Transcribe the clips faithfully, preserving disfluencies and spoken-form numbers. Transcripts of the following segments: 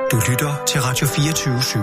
Du lytter til Radio fireogtyve syv.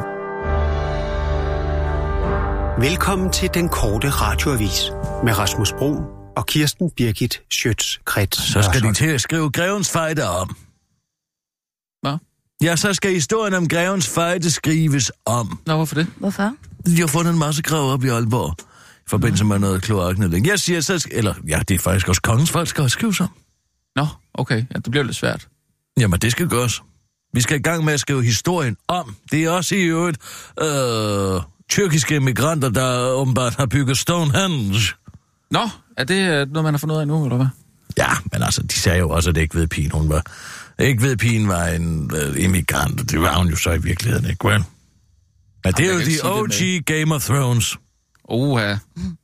Velkommen til den korte radioavis med Rasmus Bro og Kirsten Birgit Schøtz-Krets. Så skal de til at skrive Grevens Fejde om. Hvad? Ja, så skal historien om Grevens Fejde skrives om. Nå, hvorfor det? Hvorfor? De har fundet en masse grav op i Aalborg i forbindelse med noget kloaknedlægning. Jeg siger, så skal, eller ja, det er faktisk også kongens folk, skal skrives om. Nå, okay. Ja, det bliver lidt svært. Jamen, det skal gøres. Vi skal i gang med at skrive historien om. Det er også i øvrigt øh, tyrkiske migranter, der åbenbart har bygget Stonehenge. Nå, er det noget, man har fundet ud af nu, eller hvad? Ja, men altså, de sagde jo også, at det ikke ved pigen, hun var. Ikke ved pigen var en øh, immigrant. Det var hun jo så i virkeligheden, ikke vel? Men det er jo de O G Game of Thrones. Oha.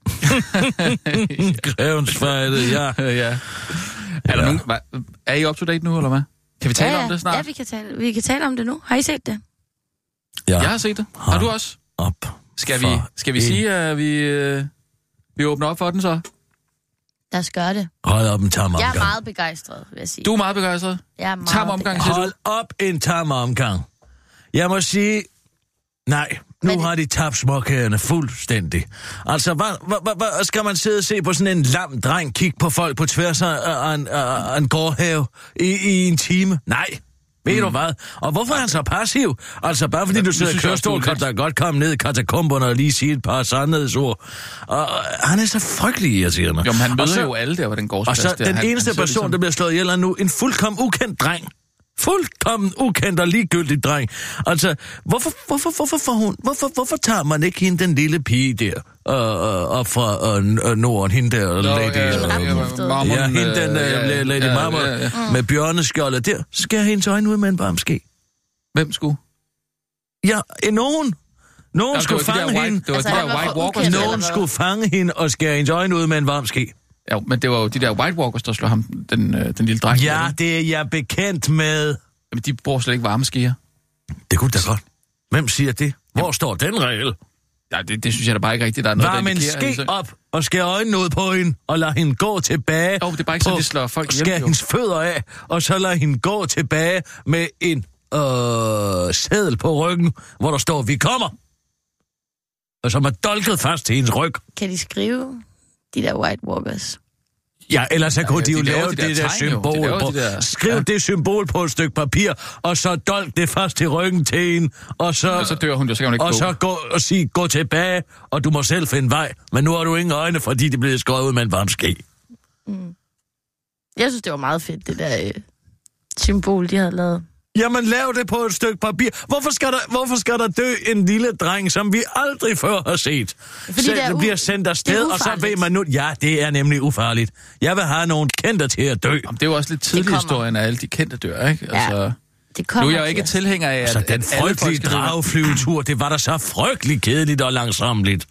Grevens Fejde, ja. ja. Er, der ja. nogen, er I up to date nu, eller hvad? Kan vi tale ja, om det snart? Ja, vi kan, tale, vi kan tale om det nu. Har I set det? Ja. Jeg har set det. Har du også? Op skal vi, skal vi sige, at vi, øh, vi åbner op for den så? Lad os gøre det. Hold op en tam omgang. Jeg er meget begejstret, vil jeg sige. Du er meget begejstret? Jeg er meget tam omgang, siger du? Hold op en tam omgang. Jeg må sige, nej, nu det... har de tabt småkagerne fuldstændig. Altså, hvad, hvad, hvad, hvad skal man sidde og se på sådan en lam dreng kigge på folk på tværs af en, af en gårdhave i, i en time? Nej. Ved mm. du hvad? Og hvorfor er han så passiv? Altså, bare fordi ja, du sidder i kørestol, kan der godt komme ned i katakomberne og lige sige et par sandhedsord. Og han er så frygtelig irriterende. Jo, men han møder så, jo alle der, hvor den går. Og så der. den han, eneste han person, ligesom... der bliver slået ihjel er nu, en fuldkommen ukendt dreng. Fuldkommen ukendt og ligegyldig dreng. Altså, hvorfor, hvorfor, hvorfor, får hun, hvorfor, hvorfor tager man ikke hende, den lille pige der, øh, øh, op fra øh, Norden, hende der, Nå, lady, ja, ja, ja, ja, hende den der, ja, Lady ja, Marmor, ja, ja. med bjørneskjoldet der, skærer hendes øjne ud med en varm ske. Hvem skulle? Ja, nogen. Nogen ja, skulle fange white, hende. Det var altså, de der White Walkers. Nogen skulle fange hende og skære hendes øjne ud med en varm ske. Ja, men det var jo de der White Walkers, der slog ham, den, øh, den lille dreng. Ja, det er jeg bekendt med. Jamen, de bruger slet ikke varmeskeer. Det kunne da godt. Hvem siger det? Hvor Jamen. står den regel? Ja, det, det synes jeg da bare ikke rigtigt, der er noget, Varm der indikerer. Varm en ske altså. op og skære øjnene ud på hende, og lad hende gå tilbage. Jo, det er bare ikke sådan, de slår folk ihjel. Skære hendes fødder af, og så lad hende gå tilbage med en øh, seddel på ryggen, hvor der står, vi kommer. Og som er dolket fast til hendes ryg. Kan de skrive de der White Walkers? Ja, ellers så kunne ja, de jo de lave de der det der symbol de på. De der... Skriv ja. det symbol på et stykke papir, og så dolk det fast til ryggen til en, og så, og så dør hun, så skal hun ikke og gå. så gå og sige, gå tilbage, og du må selv finde vej. Men nu har du ingen øjne, fordi det blev skåret ud med en varm ske. Mm. Jeg synes, det var meget fedt, det der øh, symbol, de havde lavet. Jamen, lav det på et stykke papir. Hvorfor skal der, hvorfor skal der dø en lille dreng, som vi aldrig før har set? Fordi Selv, det u- bliver sendt afsted, og så ved man nu... Ja, det er nemlig ufarligt. Jeg vil have nogle kendte til at dø. Jamen, det er jo også lidt tidlig historien af alle de kendte dør, ikke? Altså, ja, det kommer. Nu er jeg jo ikke tilhænger af, at... Altså, den at frygtelige drageflyvetur, det var da så frygteligt kedeligt og langsomligt.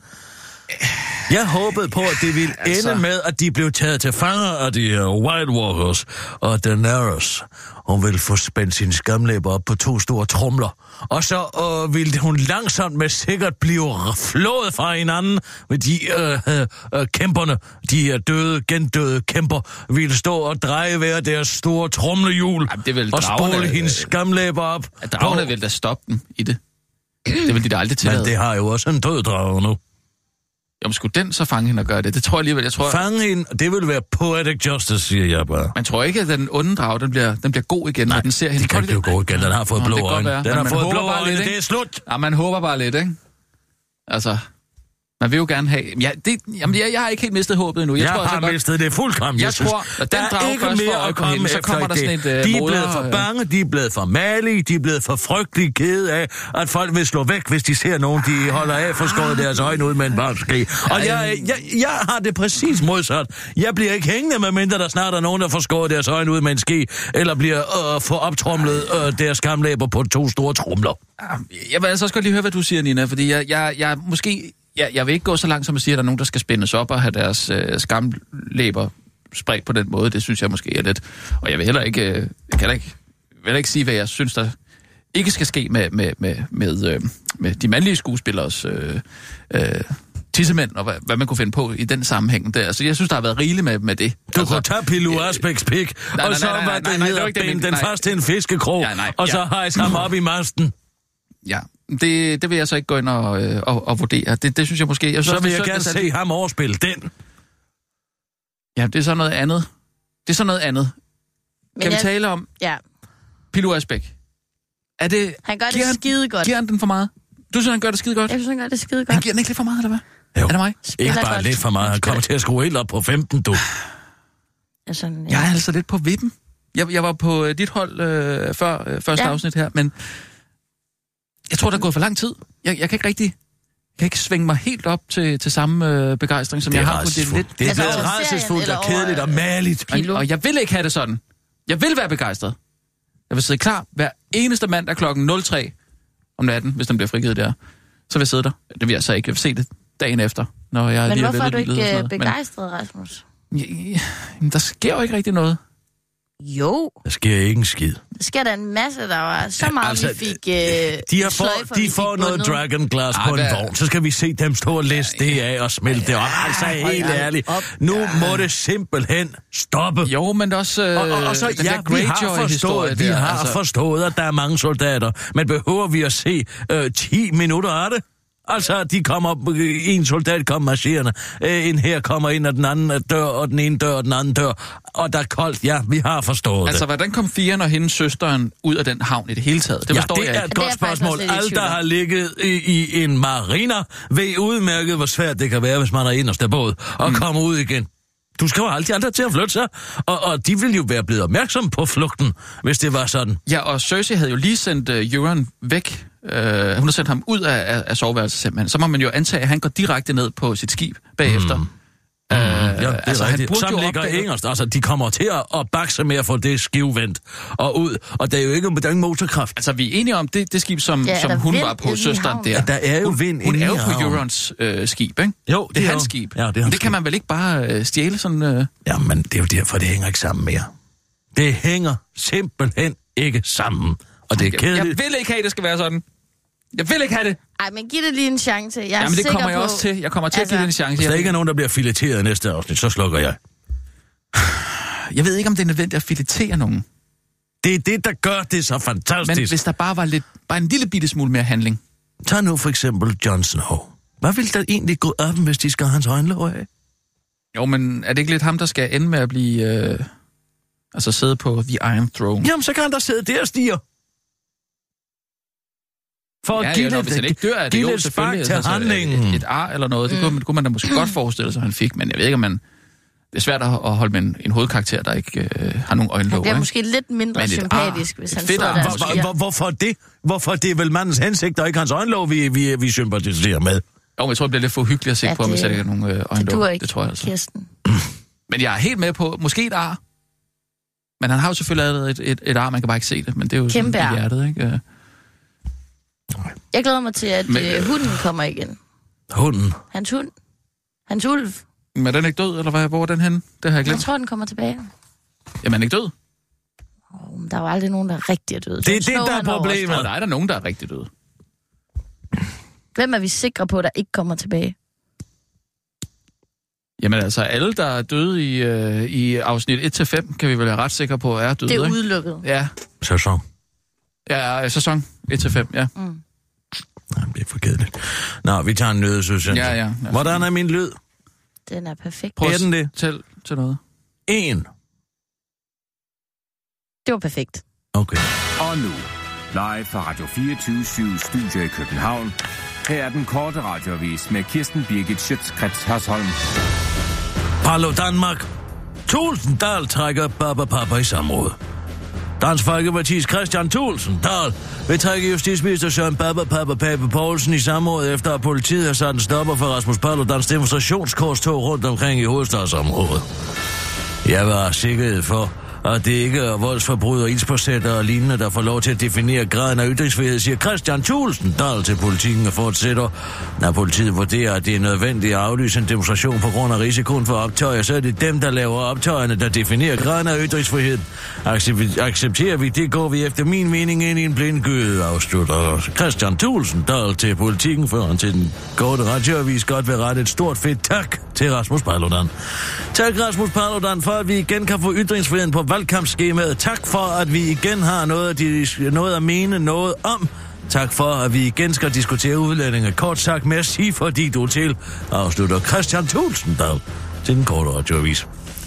Jeg håbede på, at det ville altså... ende med, at de blev taget til fanger af de uh, White Walkers og Daenerys. Hun ville få spændt sine skamlæber op på to store tromler. Og så uh, ville hun langsomt med sikkert blive flået fra hinanden med de uh, uh, uh, kæmperne. De uh, døde, gendøde kæmper ville stå og dreje hver deres store tromlehjul. Jamen, og spole hendes skamlæber op. At dragerne ville da stoppe dem i det. Det ville de da aldrig tillade. Men det har jo også en død drage nu. Jamen, skulle den så fange hende og gøre det? Det tror jeg alligevel, jeg tror... Fange hende, det vil være poetic justice, siger jeg bare. Man tror ikke, at den onde drage, den bliver, den bliver god igen, Nej, når den ser hende. det kan blive god igen, den har fået Nå, blå øjne. Den har fået blå øjne, lidt, det er slut. Ja, man håber bare lidt, ikke? Altså... Man vil jo gerne have... Ja, det, jamen, jeg, jeg har ikke helt mistet håbet endnu. Jeg, jeg tror, har godt, mistet det fuldkommen. Jeg, jeg synes, tror, at den drag først får øje på hende, så kommer der sådan et uh, De er moder, blevet for bange, de er blevet for malige, de er blevet for frygtelig kede af, at folk vil slå væk, hvis de ser nogen, de holder af for skåret deres øjne ud med en barnske. Og jeg, jeg, jeg har det præcis modsat. Jeg bliver ikke hængende, medmindre der snart er nogen, der får skåret deres øjne ud med en ske, eller bliver øh, for optrumlet øh, deres skamlæber på to store trumler. Jeg vil altså også godt lige høre, hvad du siger, Nina, fordi jeg, jeg, jeg måske... Jeg, jeg vil ikke gå så langt som at sige, at der er nogen, der skal spændes op og have deres øh, skamlæber spredt på den måde. Det synes jeg måske er lidt... Og jeg vil heller ikke, øh, jeg kan heller ikke, vil heller ikke sige, hvad jeg synes, der ikke skal ske med, med, med, med, øh, med de mandlige skuespillers øh, øh, tissemænd, og hvad, hvad man kunne finde på i den sammenhæng der. Så jeg synes, der har været rigeligt med, med det. Du altså, kunne tage Pilo Asbæks pik, nej, og så nej, nej, var nej, det nej, nej, ned det var og ikke det, binde men- den nej. fast til en fiskekrog, Ja, nej, og så ja. hejse ham op i masten. Ja, det, det vil jeg så ikke gå ind og, øh, og, og vurdere. Det, det synes jeg måske... Jeg synes, Så også, vil det er jeg synd, gerne hvis se ham overspille den. Ja, det er så noget andet. Det er så noget andet. Men Kan vi jeg- tale om Ja, Pilo Asbæk? Er det... han gør giver det skide godt. Giver han den for meget? Du synes, han gør det skide godt? Jeg synes, han gør det skide Han godt. giver den ikke lidt for meget, eller hvad? Jo. Er det mig? Ikke Spiller bare godt. lidt for meget. Han kommer til at skrue helt op på femten, du. Altså, ja. Jeg er altså lidt på vippen. Jeg, jeg var på øh, dit hold øh, før øh, første Ja. afsnit her, men jeg tror, der er gået for lang tid. Jeg, jeg kan ikke rigtig... Jeg kan ikke svinge mig helt op til, til samme øh, begejstring, som Det jeg er har på det rædselsfuldt. lidt. Det er Altså, blevet over serien rædselsfuldt eller og over, kedeligt og øh, maligt. Og, Pilo. og jeg vil ikke have det sådan. Jeg vil være begejstret. Jeg vil sidde klar hver eneste mandag klokken nul tre om natten, hvis den bliver frigivet der. Så vil jeg sidde der. Det vil jeg så ikke. Jeg vil se det dagen efter, når jeg Men lige hvorfor er du væltet ikke livet og øh, sådan noget. begejstret, Rasmus? Men, ja, ja, jamen, der sker jo ikke rigtig noget. Jo, Der sker ikke en skid. der sker der en masse, der var så meget, altså, vi fik øh, De, har sløjfer, får, vi de fik får noget bundet. Dragon Glass Ej, på en hvad- vogn. Så skal vi se dem stå og læse det af og smelte det op. Altså, helt ej, ærligt. op. Nu må det simpelthen stoppe. Jo, men også øh, Og, og, og så, den ja, der vi har Greyjoy-historie forstået, vi der. har altså... forstået, at der er mange soldater. Men behøver vi at se øh, ti minutter af det? Altså, de kommer, øh, en soldat kommer marcherende, øh, en her kommer ind, og den anden dør, og den ene dør, og den anden dør. Og der er koldt, ja, vi har forstået Altså, det. hvordan kom Firen og hendes søsteren ud af den havn i det hele taget? Det Ja, forstår det jeg er ikke. et Det er godt jeg faktisk spørgsmål. også lidt i Alle, tvivl der om. har ligget i, i en mariner, ved udmærket, hvor svært det kan være, hvis man er inderst af båd, og mm. kommer ud igen. Du skal jo aldrig andre til at flytte sig, og, og de ville jo være blevet opmærksom på flugten, hvis det var sådan. Ja, og Cersei havde jo lige sendt uh, Euron væk. Uh, hun har sendt ham ud af, af, af soveværelset simpelthen. Så må man jo antage, at han går direkte ned på sit skib bagefter. Mm. Uh, Ja, det er altså, han rigtigt. burde Som jo ligger opdage- ingerst. Altså, de kommer til at, at bakse med at få det skivvendt og ud. Og der er jo ikke, der er ingen motorkraft. Altså, vi er enige om, det, det skib, som, Ja, er som der hun vind var på, inde i søsteren havnen? der. Ja, der er jo hun, vind Hun inde er jo i på havnen. Eurons øh, skib, ikke? Jo, Det er hans jo. skib. Ja, det er Men hans det kan skib. man vel ikke bare øh, stjæle sådan... Øh... Ja, men det er jo derfor, det hænger ikke sammen mere. Det hænger simpelthen ikke sammen. Og det er Jeg, kedeligt. jeg vil ikke have, at det skal være sådan. Jeg vil ikke have det. Ej, men giv det lige en chance. Jeg er Jamen, det sikker kommer jeg på, også til. Jeg kommer til altså, at give det en chance. Hvis der Jeg, ikke er nogen, der bliver fileteret i næste afsnit, så slukker jeg. jeg ved ikke, om det er nødvendigt at filetere nogen. Det er det, der gør det så Men fantastisk. hvis der bare var lidt, bare en lille bitte smule mere handling. Tag nu for eksempel Jon Snow. Hvad vil der egentlig gå af dem, hvis de skal have hans øjenlåg af? Jo, men er det ikke lidt ham, der skal ende med at blive... Øh, altså sidde på The Iron Throne? Jamen, så kan han da sidde der og stiger. For at Ja, give ja, nå, lidt, hvis han ikke dør, er det give jo lidt selvfølgelig spark til altså, handlingen. et, et ar eller noget. Det kunne, man, kunne man da måske godt forestille sig, at han fik, men jeg ved ikke, om man... Det er svært at at holde med en, en hovedkarakter, der ikke øh, har nogen Han øjenlåg. bliver ikke? måske lidt mindre Men et sympatisk, ar, hvis et han fedt sidder ar. der Hvor, og hvor, siger. hvor, hvorfor det? Hvorfor det er vel mandens hensigt, og ikke hans øjenlåg, vi, vi, vi sympatiserer med? Jo, men jeg tror, det bliver lidt for hyggeligt at se Ja, på, hvis det- der ikke er nogen øh, Det øjenlåg. duer ikke, Det tror jeg altså. Kirsten. Men jeg er helt med på, måske et ar. Men han har jo selvfølgelig lavet et, et, et ar, man kan bare ikke se det, men det er jo Kæmpe sådan ar. i hjertet, ikke? Øh, Jeg glæder mig til, at Men, øh, øh, hunden kommer igen. Hunden. Hans hund. Hans ulv. Men er den ikke død, eller hvad? Hvor er den henne? Det har jeg Jeg glemt. tror, den kommer tilbage. Jamen, er den ikke død? Oh, men der er jo aldrig nogen, der rigtig er døde. Det er Jon det, Snow, der er han var problemet. også Og der er der nogen, der er rigtig døde. død. Hvem er vi sikre på, der ikke kommer tilbage? Jamen altså, alle, der er døde i, øh, i afsnit et til fem, kan vi vel være ret sikre på, er døde, Det er ikke? udelukket. Ja, Sæson. ja, sæson et til fem, ja. Mm. Jamen, det er for kedeligt. Nå, vi tager en nød, synes jeg. Ja, ja, ja. Hvordan er min lyd? Den er perfekt. Prøv Er den det? Tæl til noget. En. Det var perfekt. Okay. Og nu, live fra Radio fireogtyve syv Studio i København. Her er den korte radioavis med Kirsten Birgit Schøtzgrads Hasholm. Hallo Danmark. Tulsendal trækker Baba Papa i samråd. Dansk Folkepartis Christian Tulsendal vil trække justitsminister Søren Baba Papa Pape Poulsen i samråd, efter at politiet har sat en stopper for Rasmus Paludans demonstrationskorstog rundt omkring i hovedstadsområdet. Jeg var sikkerhed for, og det ikke er voldsforbrydere, ildspåsætter og lignende, der får lov til at definere graden af ytringsfrihed, siger Christian Thulesen Dahl til Politikken og fortsætter. Når politiet vurderer, at det er nødvendigt at aflyse en demonstration på grund af risikoen for optøjer, så er det dem, der laver optøjerne, der definerer graden af ytringsfrihed. Accepterer vi det, går vi efter min mening ind i en blindgyde, afslutter Christian Thulesen Dahl til Politikken, før han til den korte radioavis godt vil rette et stort fedt tak til Rasmus Paludan. Tak Rasmus Paludan for, at vi igen kan få ytringsfriheden på valgkampsskemaet. Tak for, at vi igen har noget at, de, noget at mene noget om. Tak for, at vi igen skal diskutere udlændinge. Kort sagt, merci fordi du er til, afslutter Christian Thulesen Dahl til den korte radioavis.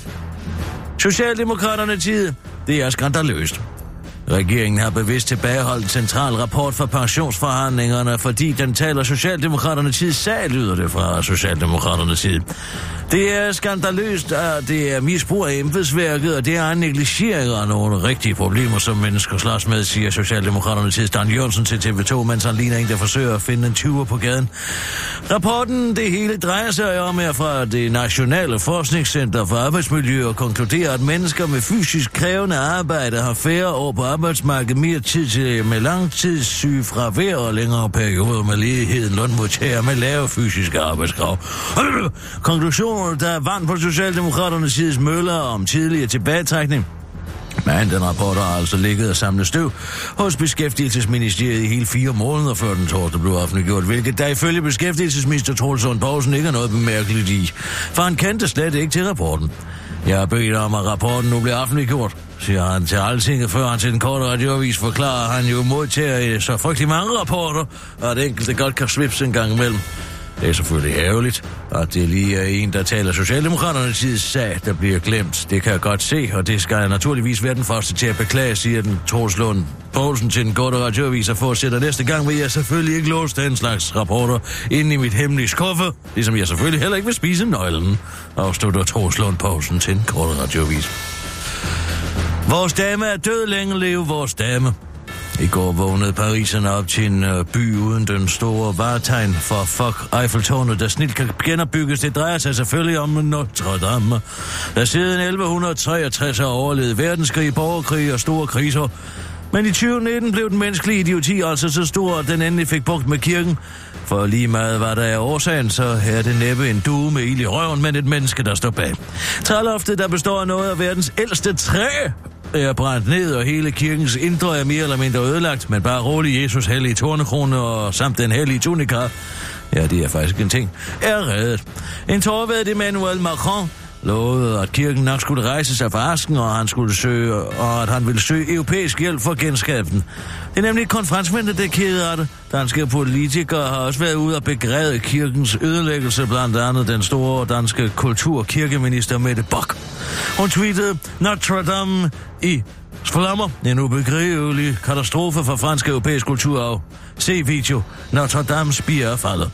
Socialdemokraterne tid, det er skandaløst. Regeringen har bevidst tilbageholdt en central rapport for pensionsforhandlingerne, fordi den taler Socialdemokraterne tid sag, lyder det fra Socialdemokraterne tid. Det er skandaløst, at det er misbrug af embedsværket, og det er en negligering af nogle rigtige problemer, som mennesker slås med, siger Socialdemokraterne tid Dan Jørgensen til T V to, mens han ligner en, der forsøger at finde en tyver på gaden. Rapporten, det hele drejer sig om, er fra det Nationale Forskningscenter for Arbejdsmiljø og konkluderer, at mennesker med fysisk krævende arbejde har færre år på arbejdsmarkedet, mere tid til med langtidssyge fravær og længere perioder med ledighed end lønmodtagere med lave fysiske arbejdskrav. Konklusionen, der er vand på Socialdemokraternes sides møller om tidligere tilbagetrækning. Men den rapport har altså ligget og samlet støv hos Beskæftigelsesministeriet i hele fire måneder før den torsdag blev offentliggjort, hvilket der ifølge beskæftigelsesminister Troels Lund Poulsen ikke er noget bemærkeligt i, for han kendte slet ikke til rapporten. Jeg har bedt om, at rapporten nu bliver offentliggjort, siger han til Altinget, før han til den korte radioavis forklarer, han jo modtager så frygtelig mange rapporter, og at enkelte godt kan svipse en gang imellem. Det er selvfølgelig ærgerligt, at det lige er en, der taler Socialdemokraternes tids sag, der bliver glemt. Det kan jeg godt se, og det skal jeg naturligvis være den første til at beklage, siger den Troels Lund Poulsen til den korte radioavis, og fortsætter næste gang, vil jeg selvfølgelig ikke låse den slags rapporter inde i mit hemmelige skuffe, ligesom jeg selvfølgelig heller ikke vil spise nøglen, afslutter Troels Lund Poulsen til den korte radioavis. Vores dame er død, længe leve vores dame. I går vågnede pariserne op til en uh, by uden den store varetegn for fuck Eiffeltårnet, der snit kan genopbygges. Det drejer sig selvfølgelig om Notre Dame, der siden elleve treogtres har overlevet verdenskrig, borgerkrig og store kriser. Men i tyve nitten blev den menneskelige idioti altså så stor, at den endelig fik bugt med kirken. For lige meget var der af årsagen, så er det næppe en due med ild i røven, men et menneske, der står bag. Træloftet, der består af noget af verdens ældste træ, er brændt ned, og hele kirkens indre er mere eller mindre ødelagt, men bare rolig, Jesus hellige tornekrone og samt den hellige tunika, ja, det er faktisk en ting, er reddet. En tårvædet Emmanuel Macron lovede, at kirken nok skulle rejse sig fra asken, og han skulle søge, og at han ville søge europæisk hjælp for genskabelsen. Det er nemlig ikke kun franskmændene, der er kede af det. Danske politikere har også været ude og begræde kirkens ødelæggelse, blandt andet den store danske kultur- og kirkeminister Mette Bock. Hun tweetede, Notre Dame i flammer, en ubegribelig katastrofe for fransk europæisk kulturarv. Se video, Notre Dame spire er faldet.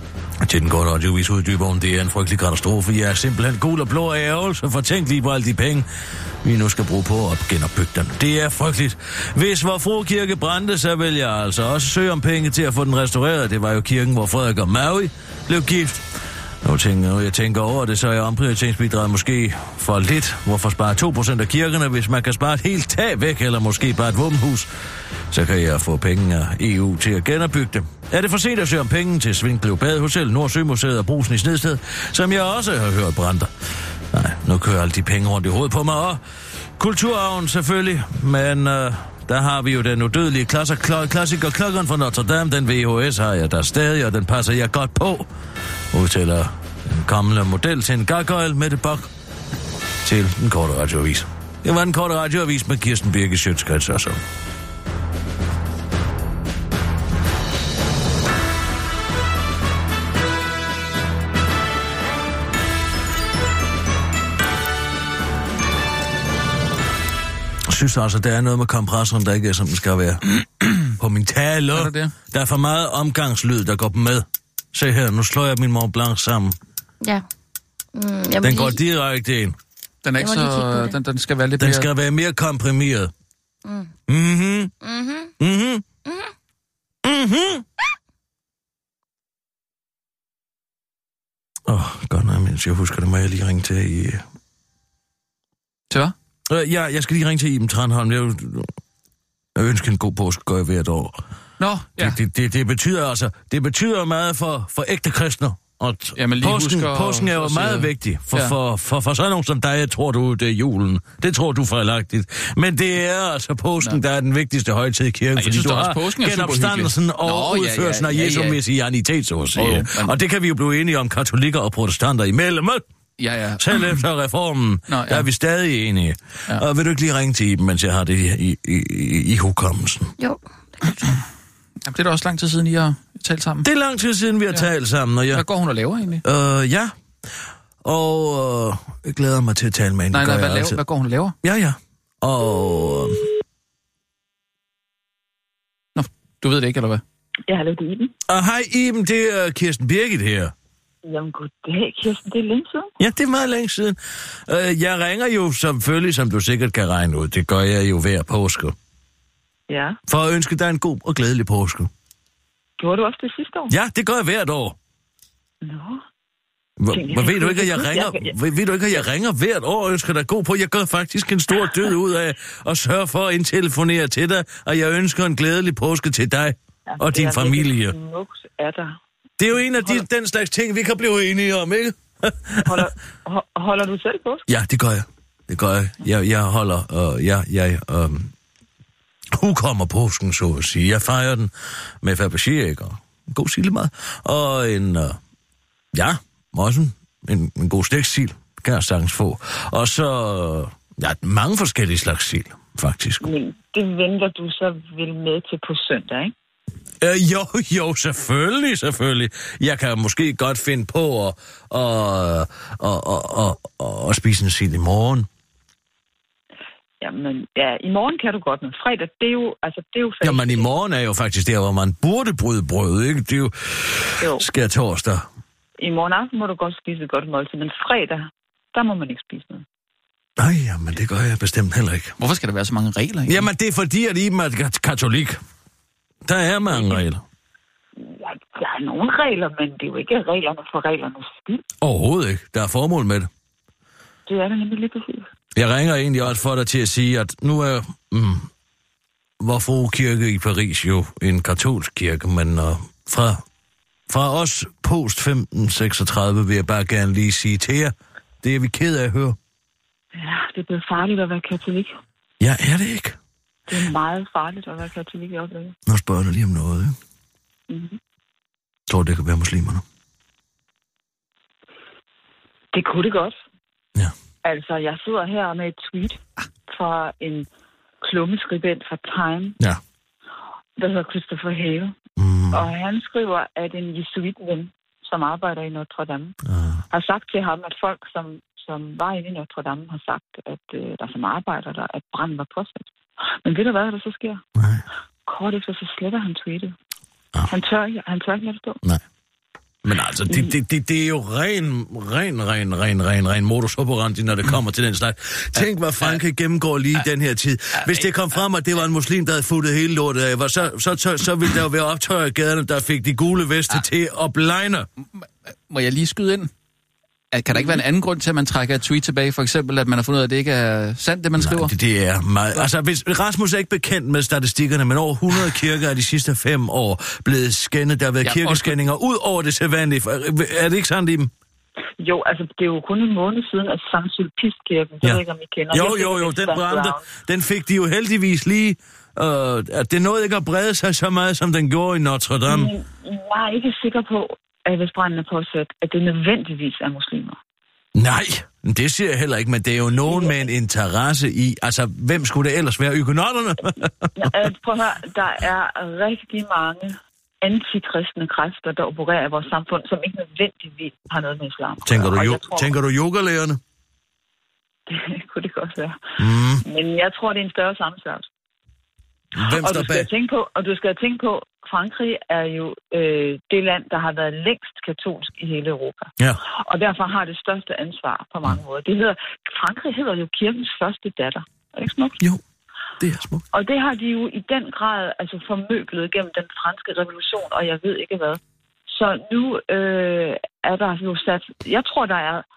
Til den korte radiovis uddyber hun, det er en frygtelig katastrofe. Jeg er simpelthen gul og blå af ærgelse, for tænk lige på alle de penge, vi nu skal bruge på at genopbygge den. Det er frygteligt. Hvis vor Frue Kirke brændte, så vil jeg altså også søge om penge til at få den restaureret. Det var jo kirken, hvor Frederik og Mary blev gift. Nu tænker jeg tænker over det, så er omprioriteringsbidraget måske for lidt. Hvorfor spare to procent af kirkerne, hvis man kan spare et helt tag væk, eller måske bare et våbenhus? Så kan jeg få penge af E U til at genopbygge det. Er det for sent at søge om penge til Svinkløv Badehotel, Nordsømuseet og Brugsen i Snedsted, som jeg også har hørt brænder? Nej, nu kører alle de penge rundt i hovedet på mig, og kulturarven selvfølgelig, men øh, der har vi jo den udødelige klassiker, klassiker klokken fra Notre Dame. Den V H S har jeg der stadig, og den passer jeg godt på. Udtaler den kommende model til en gargoyle med det bok til den korte radioavis. Det var den korte radioavis med Kirsten Birgit Schøtz-Krets og så. Jeg synes altså, der er noget med kompressoren, der ikke er, som den skal være. På min tale. Er det det? Der er for meget omgangslyd, der går med. Se her, nu slår jeg min Mont Blanc sammen. Ja. Mm, den lige... går direkte ind. Den er ikke så... Den, den skal være lidt den mere... Den skal være mere komprimeret. Mm. Mhm. Mhm. Mhm. Mhm. Åh, godt nok, mens jeg husker det, må jeg lige ringe til i... Til hvad? Øh, ja, jeg skal lige ringe til Iben Tranholm. Jeg, jeg ønsker en god påske, gør jeg hvert år. Nå, ja. Det, det, det, det betyder altså, det betyder meget for, for ægte kristne. Og Jamen, påsken, påsken er jo meget sige, vigtig for, ja. for, for, for sådan nogen som dig, jeg tror du, det er julen. Det tror du fejlagtigt. Men det er altså påsken, ja. der er den vigtigste højtid i kirken, ja, fordi synes, du har genopstandelsen og Nå, udførelsen ja, ja, ja, ja. af Jesu messianitet, så at sige. Oh, men... Og det kan vi jo blive enige om, katolikker og protestanter imellem. Ja, ja. Selv efter reformen, Nå, ja. der er vi stadig enige. Ja. Og vil du ikke lige ringe til Iben, mens jeg har det i, i, i, i hukommelsen? Jo, det kan du. Jamen, det er da også lang tid siden, I har talt sammen. Det er lang tid siden, vi har ja. talt sammen. Og jeg... Hvad går hun og laver egentlig? Øh, ja. Og øh, jeg glæder mig til at tale med hende. Nej, nej, hvad, laver, hvad går hun og laver? Ja, ja. Og... Nå, du ved det ikke, eller hvad? Ja, hallo, det er Iben. Og hej Iben, det er Kirsten Birgit her. Jamen, goddag, Kirsten. Det er længe siden. Ja, det er meget længe siden. Øh, jeg ringer jo selvfølgelig, som du sikkert kan regne ud. Det gør jeg jo hver påske. Ja. For at ønske dig en god og glædelig påske. Gjorde du også det sidste år? Ja, det gør jeg hvert år. Nå. Hvor ved du ikke, at jeg ringer, jeg, jeg... ved du ikke, at jeg ringer hvert år og ønsker dig god på? Jeg gør faktisk en stor død ud af at sørge for at indtelefonere til dig, og jeg ønsker en glædelig påske til dig ja, og din familie. Smukt er der. Det er jo en af de, den slags ting, vi kan blive enige om, ikke? holder, holder du selv påske? Ja, det gør jeg. Det gør jeg. Jeg, jeg holder, og jeg... jeg øh, Hun kommer påsken, så at sige. Jeg fejrer den med fabergé og en god sillemad. Og en, øh, ja, også en, en god stegsil, kan jeg sagtens få. Og så, ja, mange forskellige slags sild, faktisk. Men det venter du så vel med til på søndag, ikke? Øh, jo, jo, selvfølgelig, selvfølgelig. Jeg kan måske godt finde på at, at, at, at, at, at, at spise en sild i morgen. Jamen, ja, i morgen kan du godt, men fredag, det er jo, altså, det er jo... Jamen, i morgen er jo faktisk der, hvor man burde bryde brød, ikke? Det er jo, jo. Skær torsdag. I morgen aften må du godt spise et godt måltid, men fredag, der må man ikke spise noget. Nej, jamen, det gør jeg bestemt heller ikke. Hvorfor skal der være så mange regler? Egentlig? Jamen, det er fordi, at I er katolik. Der er mange regler. Ja, der er nogle regler, men det er jo ikke reglerne for reglernes skyld. Overhovedet ikke. Der er formål med det. Det er det nemlig lige præcis. Jeg ringer egentlig også for dig til at sige, at nu er mm, Vor Frue Kirke i Paris jo en katolsk kirke, men uh, fra, fra os post femten seksogtredive vil jeg bare gerne lige sige til jer, det er vi ked af at høre. Ja, det er blevet farligt at være katolik. Ja, er det ikke? Det er meget farligt at være katolik i øjeblikket. Nå spørger du lige om noget, ikke? Mm-hmm. Tror du, det kan være muslimerne? Det kunne det godt. Ja. Altså, jeg sidder her med et tweet fra en klummeskribent fra Time, ja. der hedder Christopher Hale. Mm. Og han skriver, at en jesuitven, som arbejder i Notre Dame, uh. har sagt til ham, at folk, som, som var inde i Notre Dame, har sagt, at øh, der som arbejder der, at branden var påsat. Men ved du hvad, der så sker? Nej. Kort efter, så sletter han tweetet. Uh. Han tør ikke, han tør ikke lade det stå. Nej. Men altså, det, det, det, det er jo ren, ren, ren, ren, ren, ren modus operandi, når det kommer til den slags. Tænk, hvad Frankrig gennemgår lige i den her tid. Hvis det kom frem, at det var en muslim, der havde futtet hele lortet af, så, så, så, så ville der jo være optøjer i gaderne, der fik de gule veste ja. til at blegne. Må jeg lige skyde ind? Kan der ikke være en anden grund til, at man trækker et tweet tilbage? For eksempel, at man har fundet ud af, at det ikke er sandt, det man skriver? Nej, det, det er meget... Altså, hvis Rasmus er ikke bekendt med statistikkerne, men over hundrede kirker er de sidste fem år blevet skændet. Der har været ja, kirkeskændinger ud over det sædvanlige. Er det ikke sandt, Iben? Jo, altså, det er jo kun en måned siden, at Sankt Sulpice-kirken, så ja. ved ikke, om I kender. Jo, jo, jo, den brændte. Den fik de jo heldigvis lige... Øh, at det nåede ikke at brede sig så meget, som den gjorde i Notre Dame. Men jeg er ikke sikker på, at hvis branden er påsat, at det nødvendigvis er muslimer. Nej, det siger jeg heller ikke, men det er jo nogen med en interesse i... Altså, hvem skulle det ellers være? Økonotterne? ja, prøv at høre, der er rigtig mange antikristne kræfter, der opererer i vores samfund, som ikke nødvendigvis har noget med islam. Tænker du, jo- tror, tænker du yogalærerne? Det kunne det godt være. Mm. Men jeg tror, det er en større sammensværgelse. Hvem står bag? På, og du skal tænke på, Frankrig er jo øh, det land, der har været længst katolsk i hele Europa. Ja. Og derfor har det største ansvar på mange måder. Det hedder, Frankrig hedder jo kirkens første datter. Er det ikke smukt? Jo, det er smukt. Og det har de jo i den grad altså, formøblet gennem den franske revolution, og jeg ved ikke hvad. Så nu øh, er der jo sat... Jeg tror, der er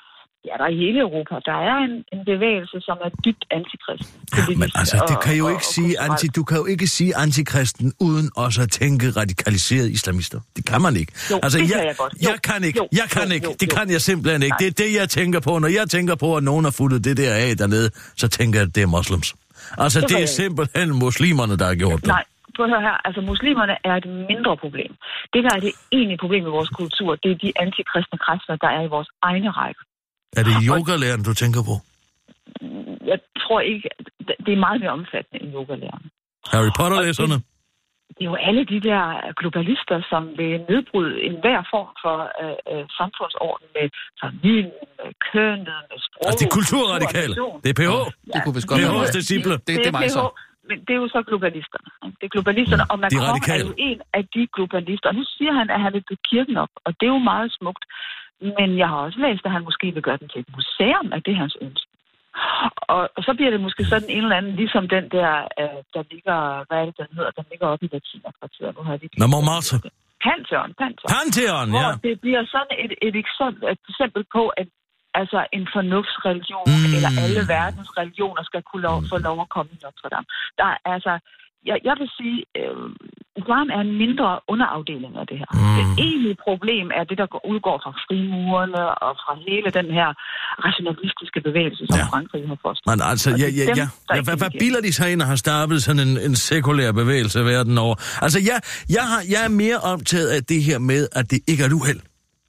Ja, der er i hele Europa. Der er en, en bevægelse, som er dybt antikristen. Ja, men altså, det kan jo ikke og, sige og anti, du kan jo ikke sige antikristen uden også at tænke radikaliserede islamister. Det kan man ikke. Jo, altså, det jeg, kan jeg godt. Jo, jeg kan ikke. Jo, jeg kan jo, ikke. jo, det jo. kan jeg simpelthen ikke. Nej. Det er det, jeg tænker på. Når jeg tænker på, at nogen har fulgt det der af dernede, så tænker jeg, at det er moslems. Altså, det, det er simpelthen muslimerne, der har gjort det. Nej. Prøv at høre her, altså muslimerne er et mindre problem. Det, der er det egentlige problem i vores kultur, det er de antikristne kræfter, der er i vores egne række. Er det yogalæren, du tænker på? Jeg tror ikke, det er meget mere omfattende end yogalæren. Harry Potter-læserne? Det, det er jo alle de der globalister, som vil nedbryde enhver form for øh, øh, samfundsorden med familien, med kønnet, med sprog. Altså, det er kulturradikale. Det er P H. Ja, det kunne vist godt P være. H's disciple. Det, det er mig så. Men det er jo så globalisterne. Det er globalisterne, og Macron er jo en af de globalister. Og nu siger han, at han vil bygge kirken op, og det er jo meget smukt. Men jeg har også læst, at han måske vil gøre den til et museum, at det er hans ønske. Og, og så bliver det måske sådan en eller anden, ligesom den der, øh, der ligger, hvad er det, den hedder, den ligger oppe i Latina-kvarteret. Nu har vi Nå, Montmartre. Pantheon, Pantheon. Pantheon, ja. Hvor det bliver sådan et, et, eksempel, et eksempel på, at altså en fornuftsreligion, mm. eller alle verdens religioner skal kunne lov, få lov at komme i Notre Dame. Der er altså, jeg, jeg vil sige, øh, islam er en mindre underafdeling af det her. Mm. Det egentlige problem er det, der går, udgår fra frimurerne og fra hele den her rationalistiske bevægelse, som ja. Frankrig har forstået. Men altså, ja, ja, ja. ja hvad, hvad biler de sig ind og har startet sådan en, en sekulær bevægelse verden over? Altså, jeg, jeg, har, jeg er mere optaget af det her med, at det ikke er et uheld.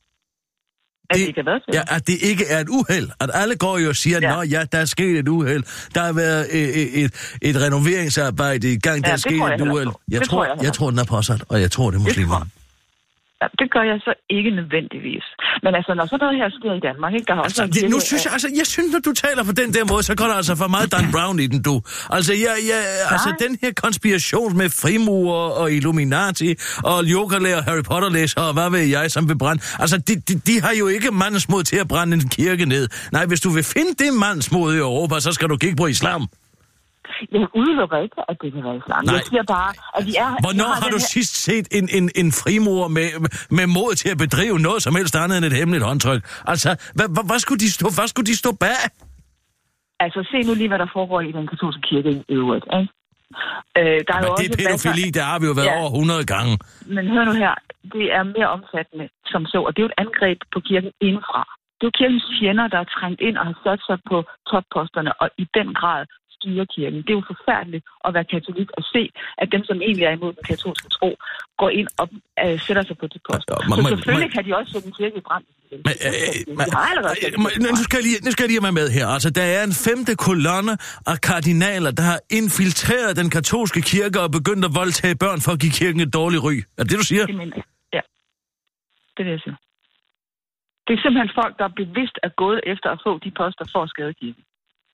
At det, det ja, at det ikke er et uheld. At alle går jo og siger, ja. Nå ja, der er sket et uheld. Der har været et, et, et renoveringsarbejde i gang, der ja, er sket et uheld. Jeg, jeg, tror, jeg, jeg tror, den er påsat, og jeg tror, det er muslimer. Ja, det gør jeg så ikke nødvendigvis. Men altså, når sådan noget her sker i Danmark, ikke? Der har også altså, det, nu synes jeg, altså, jeg synes, når du taler på den der måde, så går der altså for meget Dan Brown i den, du. Altså, jeg, jeg, altså den her konspiration med frimurer og Illuminati og yogalærer og Harry Potter-læser og hvad ved jeg, som vil brænde. Altså, de, de, de har jo ikke mandsmod til at brænde en kirke ned. Nej, hvis du vil finde det mandsmod i Europa, så skal du kigge på islam. Jeg udelukker ikke, at det kan være islam. Nej. Jeg siger bare, at vi er... Hvornår har, har du her... sidst set en, en, en frimur med, med mod til at bedrive noget som helst andet end et hemmeligt håndtryk? Altså, hvad, hvad, hvad, skulle de stå, hvad skulle de stå bag? Altså, se nu lige, hvad der foregår i den katolske kirke i øvrigt, ikke? Øh, der er men jo det er pædofili, der har vi jo været ja. over hundrede gange. Men hør nu her, det er mere omfattende som så, og det er jo et angreb på kirken indefra. Det er jo kirkens fjender, der er trængt ind og har sat sig på topposterne, og i den grad kirken. Det er jo forfærdeligt at være katolik og se, at dem, som egentlig er imod den katolske tro, går ind og øh, sætter sig på de poster. Så man, selvfølgelig man, kan de også sætte en kirke i brand. Men, øh, man, øh, nu, skal jeg lige, nu skal jeg lige være med her. Altså, der er en femte kolonne af kardinaler, der har infiltreret den katolske kirke og begyndt at voldtage børn for at give kirken et dårligt ry. Er det det, du siger? Det mener jeg. Ja. Det er det, jeg siger. Det er simpelthen folk, der bevidst er gået efter at få de poster for at skade kirken.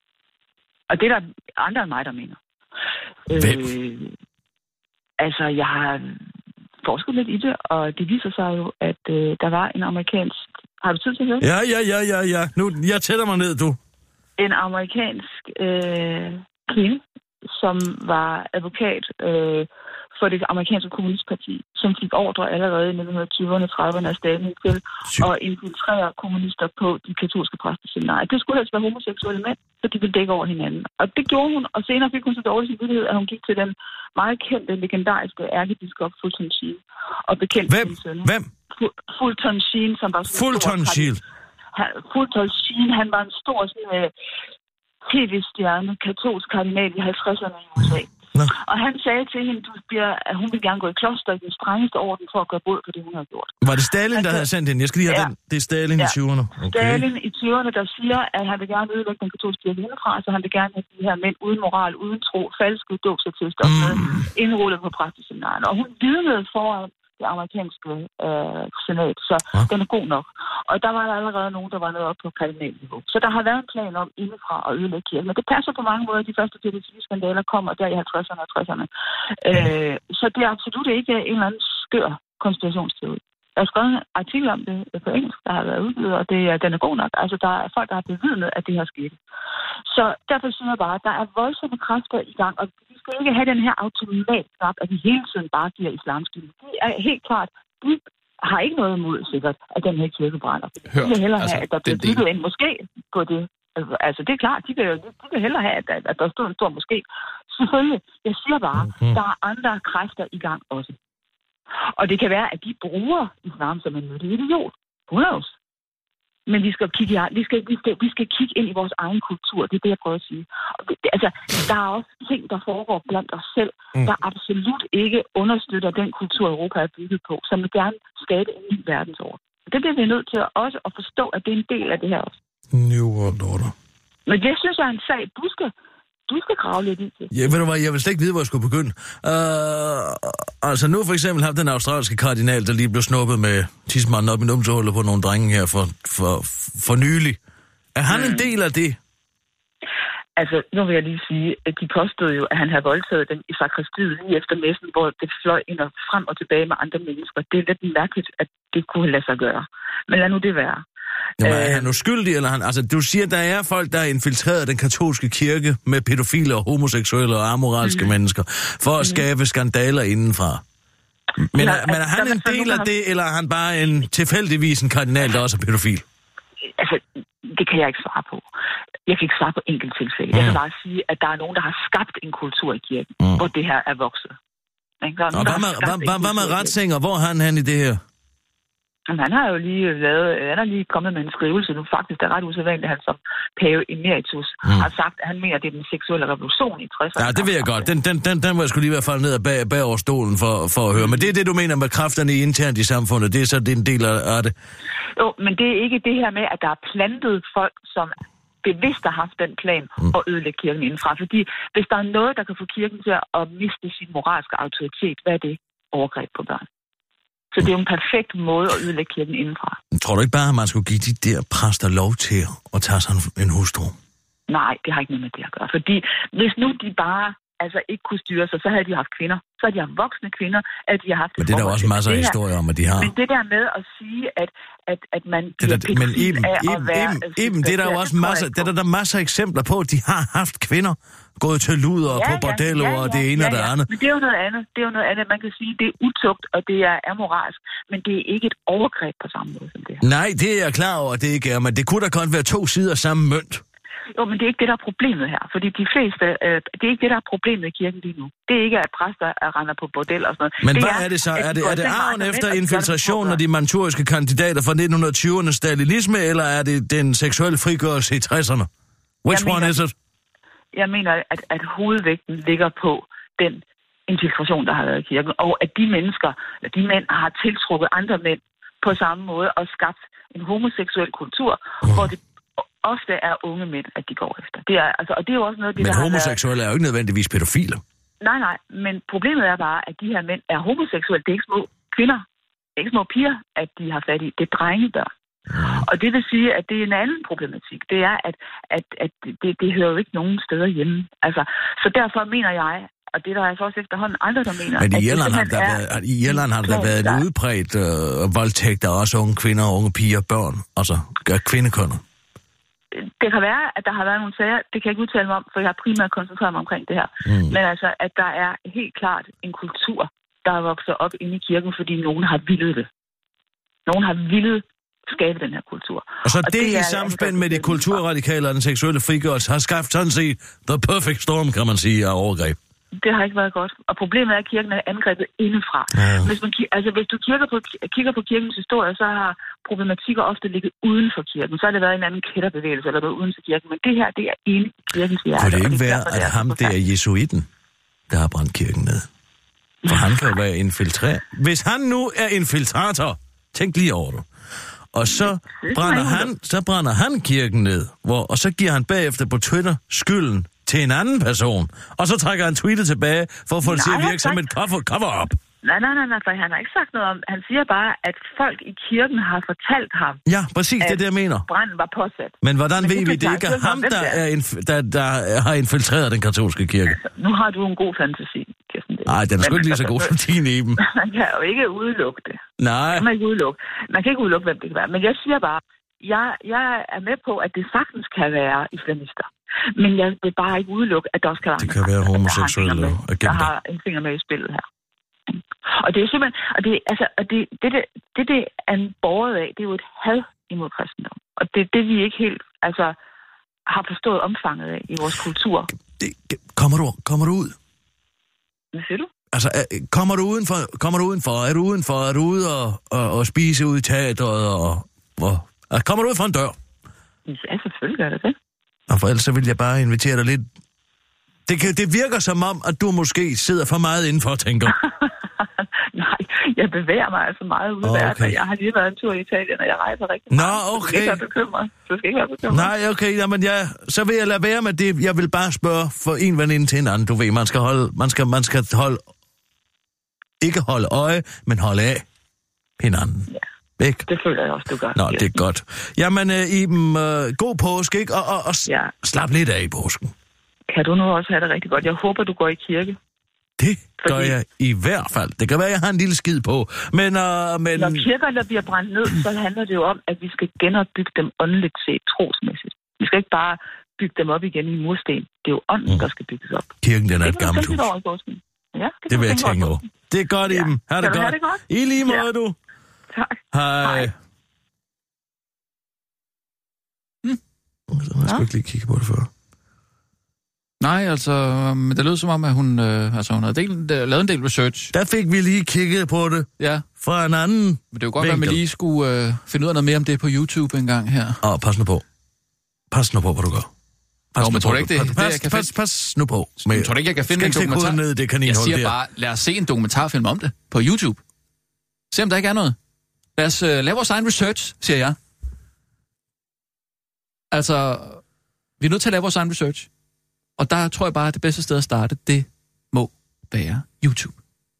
Og det er der andre end mig, der mener. Hvem? Øh, altså, jeg har forsket lidt i det, og det viser sig jo, at øh, der var en amerikansk... Har du tid til at høre? Ja, ja, ja, ja, ja. Nu, jeg tæller mig ned, du. En amerikansk øh, kvinde, som var advokat øh, for det amerikanske kommunistparti, som fik ordre allerede i nitten tyverne og trediverne af Stalin til at infiltrere kommunister på de katolske præsteseminarier. Det skulle helst være homoseksuelle mænd, så de ville dække over hinanden. Og det gjorde hun, og senere fik hun så dårlig samvittighed, at hun gik til den meget kendte, legendariske ærkebiskop Fulton Sheen og bekendte Hvem? sin søn. Hvem? Fulton Sheen, som var... Fulton Sheen? Fulton Sheen, han var en stor sådan, uh, tv-stjerne, katolsk kardinal i halvtredserne i U S A. Nå. Og han sagde til hende, du bliver, at hun ville gerne gå i kloster i den strengeste orden for at gøre bod på det, hun har gjort. Var det Stalin, altså, der havde sendt hende? Jeg skal lige have ja. den. Det er Stalin ja. i tyverne. Okay. Stalin i tyverne, der siger, at han vil gerne ødelægge den katolske kirke indefra, så han vil gerne have de her mænd uden moral, uden tro, falske dåbsattester mm. indrullet på præsteseminarien. Og hun vidnede foran det amerikanske øh, senat, så ja. den er god nok. Og der var der allerede nogen, der var nede op på kardinalniveau. Så der har været en plan om indefra at ødelægge kirken. Men det passer på mange måder, at de første pædofili-skandaler kommer der i halvtredserne og tresserne. Øh, så det er absolut ikke en eller anden skør konspirationsteori. Jeg har skrevet en artikel om det på engelsk, der har været udgivet, og det, den er god nok. Altså, der er folk, der har bevidnet, at det her skete. Så derfor siger jeg bare, at der er voldsomme kræfter i gang, og vi skal ikke have den her automatknap, at vi hele tiden bare giver islamsk. Det er helt klart dybt har ikke noget imod sikkert, at den her kirke brænder. Hør, de vil hellere altså, have, at der bliver bygget en moské på det. Altså, altså, det er klart, de vil, jo, de vil hellere have, at, at der står en stor moské. Selvfølgelig. Jeg siger bare, mm-hmm. der er andre kræfter i gang også. Og det kan være, at de bruger islam som en nyttig idiot. Who knows? Men vi skal, kigge, vi, skal, vi, skal, vi skal kigge ind i vores egen kultur. Det er det, jeg prøver at sige. Og det, altså, der er også ting, der foregår blandt os selv, mm. der absolut ikke understøtter den kultur, Europa er bygget på, som vil gerne skabe en ny verdensorden. Det er det, vi er nødt til også at forstå, at det er en del af det her også. New World Order. Men det synes jeg er en sag, du skal, du skal grave lidt i til. Ja, ved du hvad, jeg vil slet ikke vide, hvor jeg skulle begynde. Uh, altså nu for eksempel har den australske kardinal, der lige blev snuppet med tidsmanden op i numsehullet på nogle drenge her for, for, for nylig. Er han mm. en del af det? Altså, nu vil jeg lige sige, at de påstod jo, at han havde voldtaget dem i sakristiet lige efter messen, hvor det fløj ind og frem og tilbage med andre mennesker. Det er lidt mærkeligt, at det kunne lade sig gøre. Men lad nu det være. Jamen, er han uskyldig, eller han... Altså, du siger, der er folk, der er infiltreret den katolske kirke med pædofile og homoseksuelle og amoralske mm. mennesker, for at skabe skandaler indenfra. Men, ja, er, men er han en del af det, eller er han bare en tilfældigvis en kardinal, der også er pædofil? Altså, det kan jeg ikke svare på. Jeg kan ikke svare på enkelt tilfælde. Mm. Jeg kan bare sige, at der er nogen, der har skabt en kultur i kirken, mm. hvor det her er vokset. Nogen, og hvad med, hvad, hvad, hvad med Ratzinger? Hvor er han hen i det her? Jamen, han har jo lige lavet, han er lige kommet med en skrivelse nu, faktisk, der er ret usædvanligt, at han som pave emeritus mm. har sagt, at han mener, at det er den seksuelle revolution i tresserne. Ja, det ved jeg godt. Den, den, den, den var jeg skulle lige være faldet ned bag, bag over stolen for, for at høre. Men det er det, du mener med kræfterne internt i samfundet. Det er så det er en del af det. Jo, men det er ikke det her med, at der er plantet folk, som bevidst har haft den plan mm. at ødelægge kirken indenfra. Fordi hvis der er noget, der kan få kirken til at miste sin moralske autoritet, hvad er det? Overgreb på børn. Så det er jo en perfekt måde at ødelægge kirken indenfra. Tror du ikke bare, at man skulle give de der præster lov til at tage sådan en hustru? Nej, det har ikke noget med det at gøre. Fordi hvis nu de bare altså ikke kunne styre sig, så havde de haft kvinder. Så havde de haft voksne kvinder, at de har haft... Men det er der også masser af historier om, at de har. Men det der med at sige, at, at, at man... Det der, men Eben, Eben, Eben, Eben, det er der jo også masser, det er der, der masser af eksempler på, at de har haft kvinder gået til luder ja, på bordello ja, ja, og det ene ja, og det andet. Men det er jo noget andet. Det er jo noget andet. Man kan sige, det er utugt, og det er amoralsk, men det er ikke et overgreb på samme måde som det her. Nej, det er jeg klar over, at det ikke er, men det kunne da godt være to sider af samme mønt. Jo, men det er ikke det, der er problemet her. Fordi de fleste, øh, det er ikke det, der er problemet i kirken lige nu. Det er ikke, at præster render på bordel og sådan noget. Men det hvad er, er det så? Er det, er det arven efter infiltrationen af de manchuriske kandidater fra nitten tyverne stalinisme, eller er det den seksuelle frigørelse i tresserne? Which jeg one mener, is it? Jeg mener, at, at hovedvægten ligger på den infiltration, der har været i kirken, og at de mennesker, at de mænd har tiltrukket andre mænd på samme måde og skabt en homoseksuel kultur, mm. hvor det ofte er unge mænd, at de går efter. Det er, altså, og det er jo også noget, det, men der homoseksuelle været... er jo ikke nødvendigvis pædofile. Nej, nej, men problemet er bare, at de her mænd er homoseksuelle. Det er ikke små kvinder, det er ikke små piger, at de har fat i. Det er drengebørn. Mm. Og det vil sige, at det er en anden problematik. Det er, at, at, at det, det hører jo ikke nogen steder hjemme. Altså, så derfor mener jeg, og det der er så også efterhånden andre, der mener... Men i Irland har der, været, i Irland har der været en udbredt øh, voldtægt af også unge kvinder, unge piger, børn, altså kvindekunder. Det kan være, at der har været nogle sager, det kan jeg ikke udtale mig om, for jeg har primært koncentreret mig omkring det her. Mm. Men altså, at der er helt klart en kultur, der er vokset op inde i kirken, fordi nogen har villet det. Nogen har villet skabe den her kultur. Og så og det, det i samspænd med de kulturradikale og den seksuelle frigørelse har skabt sådan set the perfect storm, kan man sige, af overgreb. Det har ikke været godt. Og problemet er, at kirken er angrebet indefra. Ja. Hvis, man, altså, hvis du kigger på, kigger på kirkens historie, så har problematikker ofte ligget uden for kirken. Så har det været en anden kætterbevægelse, eller noget uden for kirken. Men det her, det er inde i kirkens hjerte. Kunne det ikke være, at ham der er jesuiten, der har brændt kirken ned? For han kan jo være infiltreret. Hvis han nu er infiltrator, tænk lige over det. Og så brænder han, så brænder han kirken ned, hvor, og så giver han bagefter på Twitter skylden til en anden person. Og så trækker han tweetet tilbage, for at få det til at virke som et cover- cover-up. Nej, nej, nej, nej, for han har ikke sagt noget om... Han siger bare, at folk i kirken har fortalt ham... Ja, præcis, det er det, jeg mener. Branden var påsat. Men hvordan Men ved vi, det ikke er ham, der, er inf- der, der har infiltreret den katolske kirke? Altså, nu har du en god fantasi, Kirsten. Nej, den er sgu ikke lige så god som din i dem. Man kan jo ikke udelukke det. Nej. Man kan ikke udelukke. Man kan ikke udelukke, hvem det kan være. Men jeg siger bare, jeg, jeg er med på, at det sagtens kan være islamister. Men jeg vil bare ikke udelukke, at der også kan være... Det kan være homoseksuelle agenter, der har en finger med i spillet her. kristne. Og det er simpelthen, og det, altså, og det, det, det, det, det er båret af, det er jo et had imod kristendom. Og det er det, vi ikke helt, altså, har forstået omfanget af i vores kultur. Det, det, kommer, du, kommer du ud? Hvad siger du? Altså, er, kommer du udenfor? Kommer du udenfor? Er du udenfor? Er du ude og, og, og spise ude i teatret? Og, og, og, kommer du ud fra en dør? Ja, selvfølgelig gør det det. Og for ellers så vil jeg bare invitere dig lidt. Det, kan, det virker som om, at du måske sidder for meget indenfor, tænker. Nej, jeg bevæger mig altså meget ude i okay. verden, og jeg har lige været en tur i Italien, og jeg rejser rigtig meget. Nå, okay. Så du skal ikke være bekymret. Du skal ikke være bekymret. Nej, okay, jamen jeg, så vil jeg lade være med det. Jeg vil bare spørge for en veninde til en anden. Du ved, man skal holde, man skal, man skal holde, ikke holde øje, men holde af hinanden. Ja. Ikke? Det føler jeg også, du gør. Nå, det er godt. Jamen, uh, Iben, uh, god påske, ikke? Og, og, og ja. slap lidt af i påsken. Kan du nu også have det rigtig godt? Jeg håber, du går i kirke. Det Fordi... gør jeg i hvert fald. Det kan være, jeg har en lille skid på. Men, uh, men... Når kirkerne bliver brændt ned, så handler det jo om, at vi skal genopbygge dem åndeligt set, trosmæssigt. Vi skal ikke bare bygge dem op igen i mursten. Det er jo ånden, mm. der skal bygges op. Kirken, den er et gammelt hus. Ja, det, det vil jeg tænke over. Det er godt, Iben. Ja. Ha' det godt. det godt. I lige måde, ja. Du. Tak. Hej. Hej. Hmm. Jeg skal ikke lige kigge på det før. Nej, altså, men det lød som om, at hun, øh, altså, hun havde del, lavet en del research. Der fik vi lige kigget på det. Ja. Fra en anden. Men det er jo godt, at man lige skulle øh, finde ud af noget mere om det på YouTube en gang her. Åh, pas nu på. Pas nu på, hvad du gør. Pas Nå, men tror du ikke, det, pas, det, jeg kan pas, pas, pas nu på. Men tror du ikke, jeg kan finde en dokumentar? Ned, det jeg siger der. bare, lad os se en dokumentarfilm om det på YouTube. Se, om der ikke er noget. Lad os uh, lave vores egen research, siger jeg. Altså, vi er nødt til at lave vores egen research. Og der tror jeg bare, at det bedste sted at starte, det må være YouTube.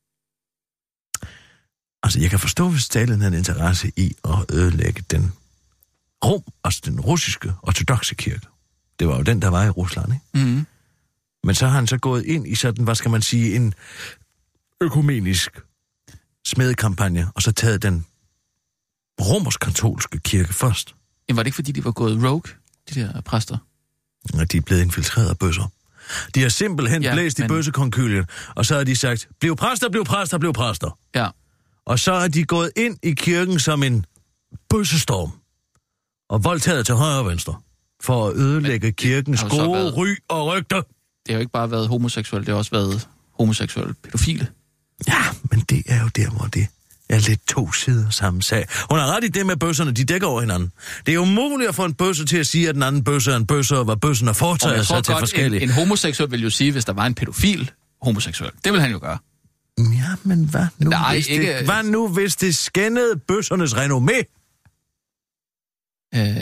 Altså, jeg kan forstå, hvis Stalin havde en interesse i at ødelægge den rum, altså den russiske ortodoxe kirke. Det var jo den, der var i Rusland, ikke? Mm-hmm. Men så har han så gået ind i sådan, hvad skal man sige, en økumenisk smedekampagne, og så taget den romersk-katolske kirke først. Jamen var det ikke, fordi de var gået rogue, de der præster? Og de er blevet infiltreret af bøsser. De har simpelthen ja, blæst men... i bøssekonkylien, og så har de sagt, bliv præster, bliv præster, bliv præster. Ja. Og så er de gået ind i kirken som en bøssestorm, og voldtaget til højre og venstre, for at ødelægge men, kirkens gode været... ry og rygter. Det har jo ikke bare været homoseksuelle, det har også været homoseksuelle pædofile. Ja, men det er jo der, hvor det er lidt to sider samme sag. Hun har ret i det med bøsserne, de dækker over hinanden. Det er jo umuligt at få en bøsse til at sige, at den anden bøsse er en bøsse, og hvad bøssen har foretaget sig til forskellige. En, en homoseksuel vil jo sige, hvis der var en pædofil homoseksuel. Det vil han jo gøre. Ja, men hvad nu, Nej, hvis, ikke... det, hvad nu hvis det skændede bøssernes renommé? Øh...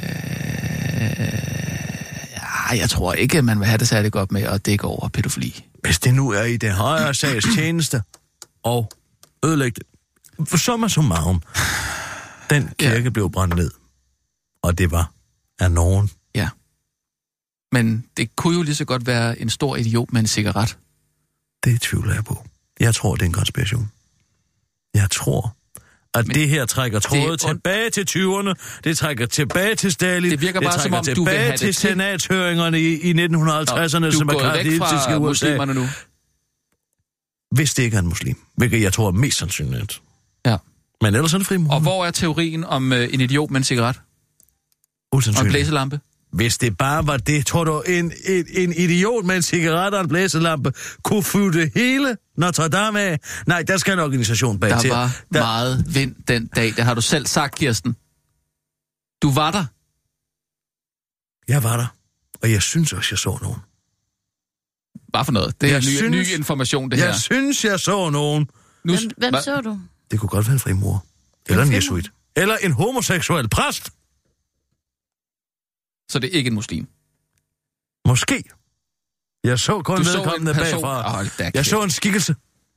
Ja, jeg tror ikke, man vil have det særlig godt med at dække over pædofili. Hvis det nu er i det højere sags tjeneste, og ødelægge det. For summa summarum, den kirke ja. blev brændt ned, og det var af nogen. Ja. Men det kunne jo lige så godt være en stor idiot med en cigaret. Det tvivler jeg på. Jeg tror, det er en konspiration. Jeg tror, at Men det her trækker trådet tilbage til tyverne, det trækker tilbage til Stalin, det virker bare det som om, du vil have til senatshøringerne i, i nitten halvtredserne, som er karakteristiske i U S A. Nu. Hvis det ikke er en muslim, hvilket jeg tror er mest sandsynligt. Ja. Men ellers er det frimur. Og hvor er teorien om øh, en idiot med en cigaret? Usandsynligt. Og en blæselampe? Hvis det bare var det, tror du, en, en, en idiot med en cigaret og en blæselampe kunne flytte hele Notre Dame af? Nej, der skal en organisation bag der til. Der var meget vind den dag, det har du selv sagt, Kirsten. Du var der. Jeg var der, og jeg synes også, jeg så nogen. Hvad for noget? Det er jeg ny, synes, ny information, det jeg her. Jeg synes, jeg så nogen. Nu, hvem hvem så du? Det kunne godt være en frimur. Eller en jesuit. Eller en homoseksuel præst. Så det er ikke en muslim? Måske. Jeg så kun du vedkommende så bagfra. Oh, jeg så en skikkelse.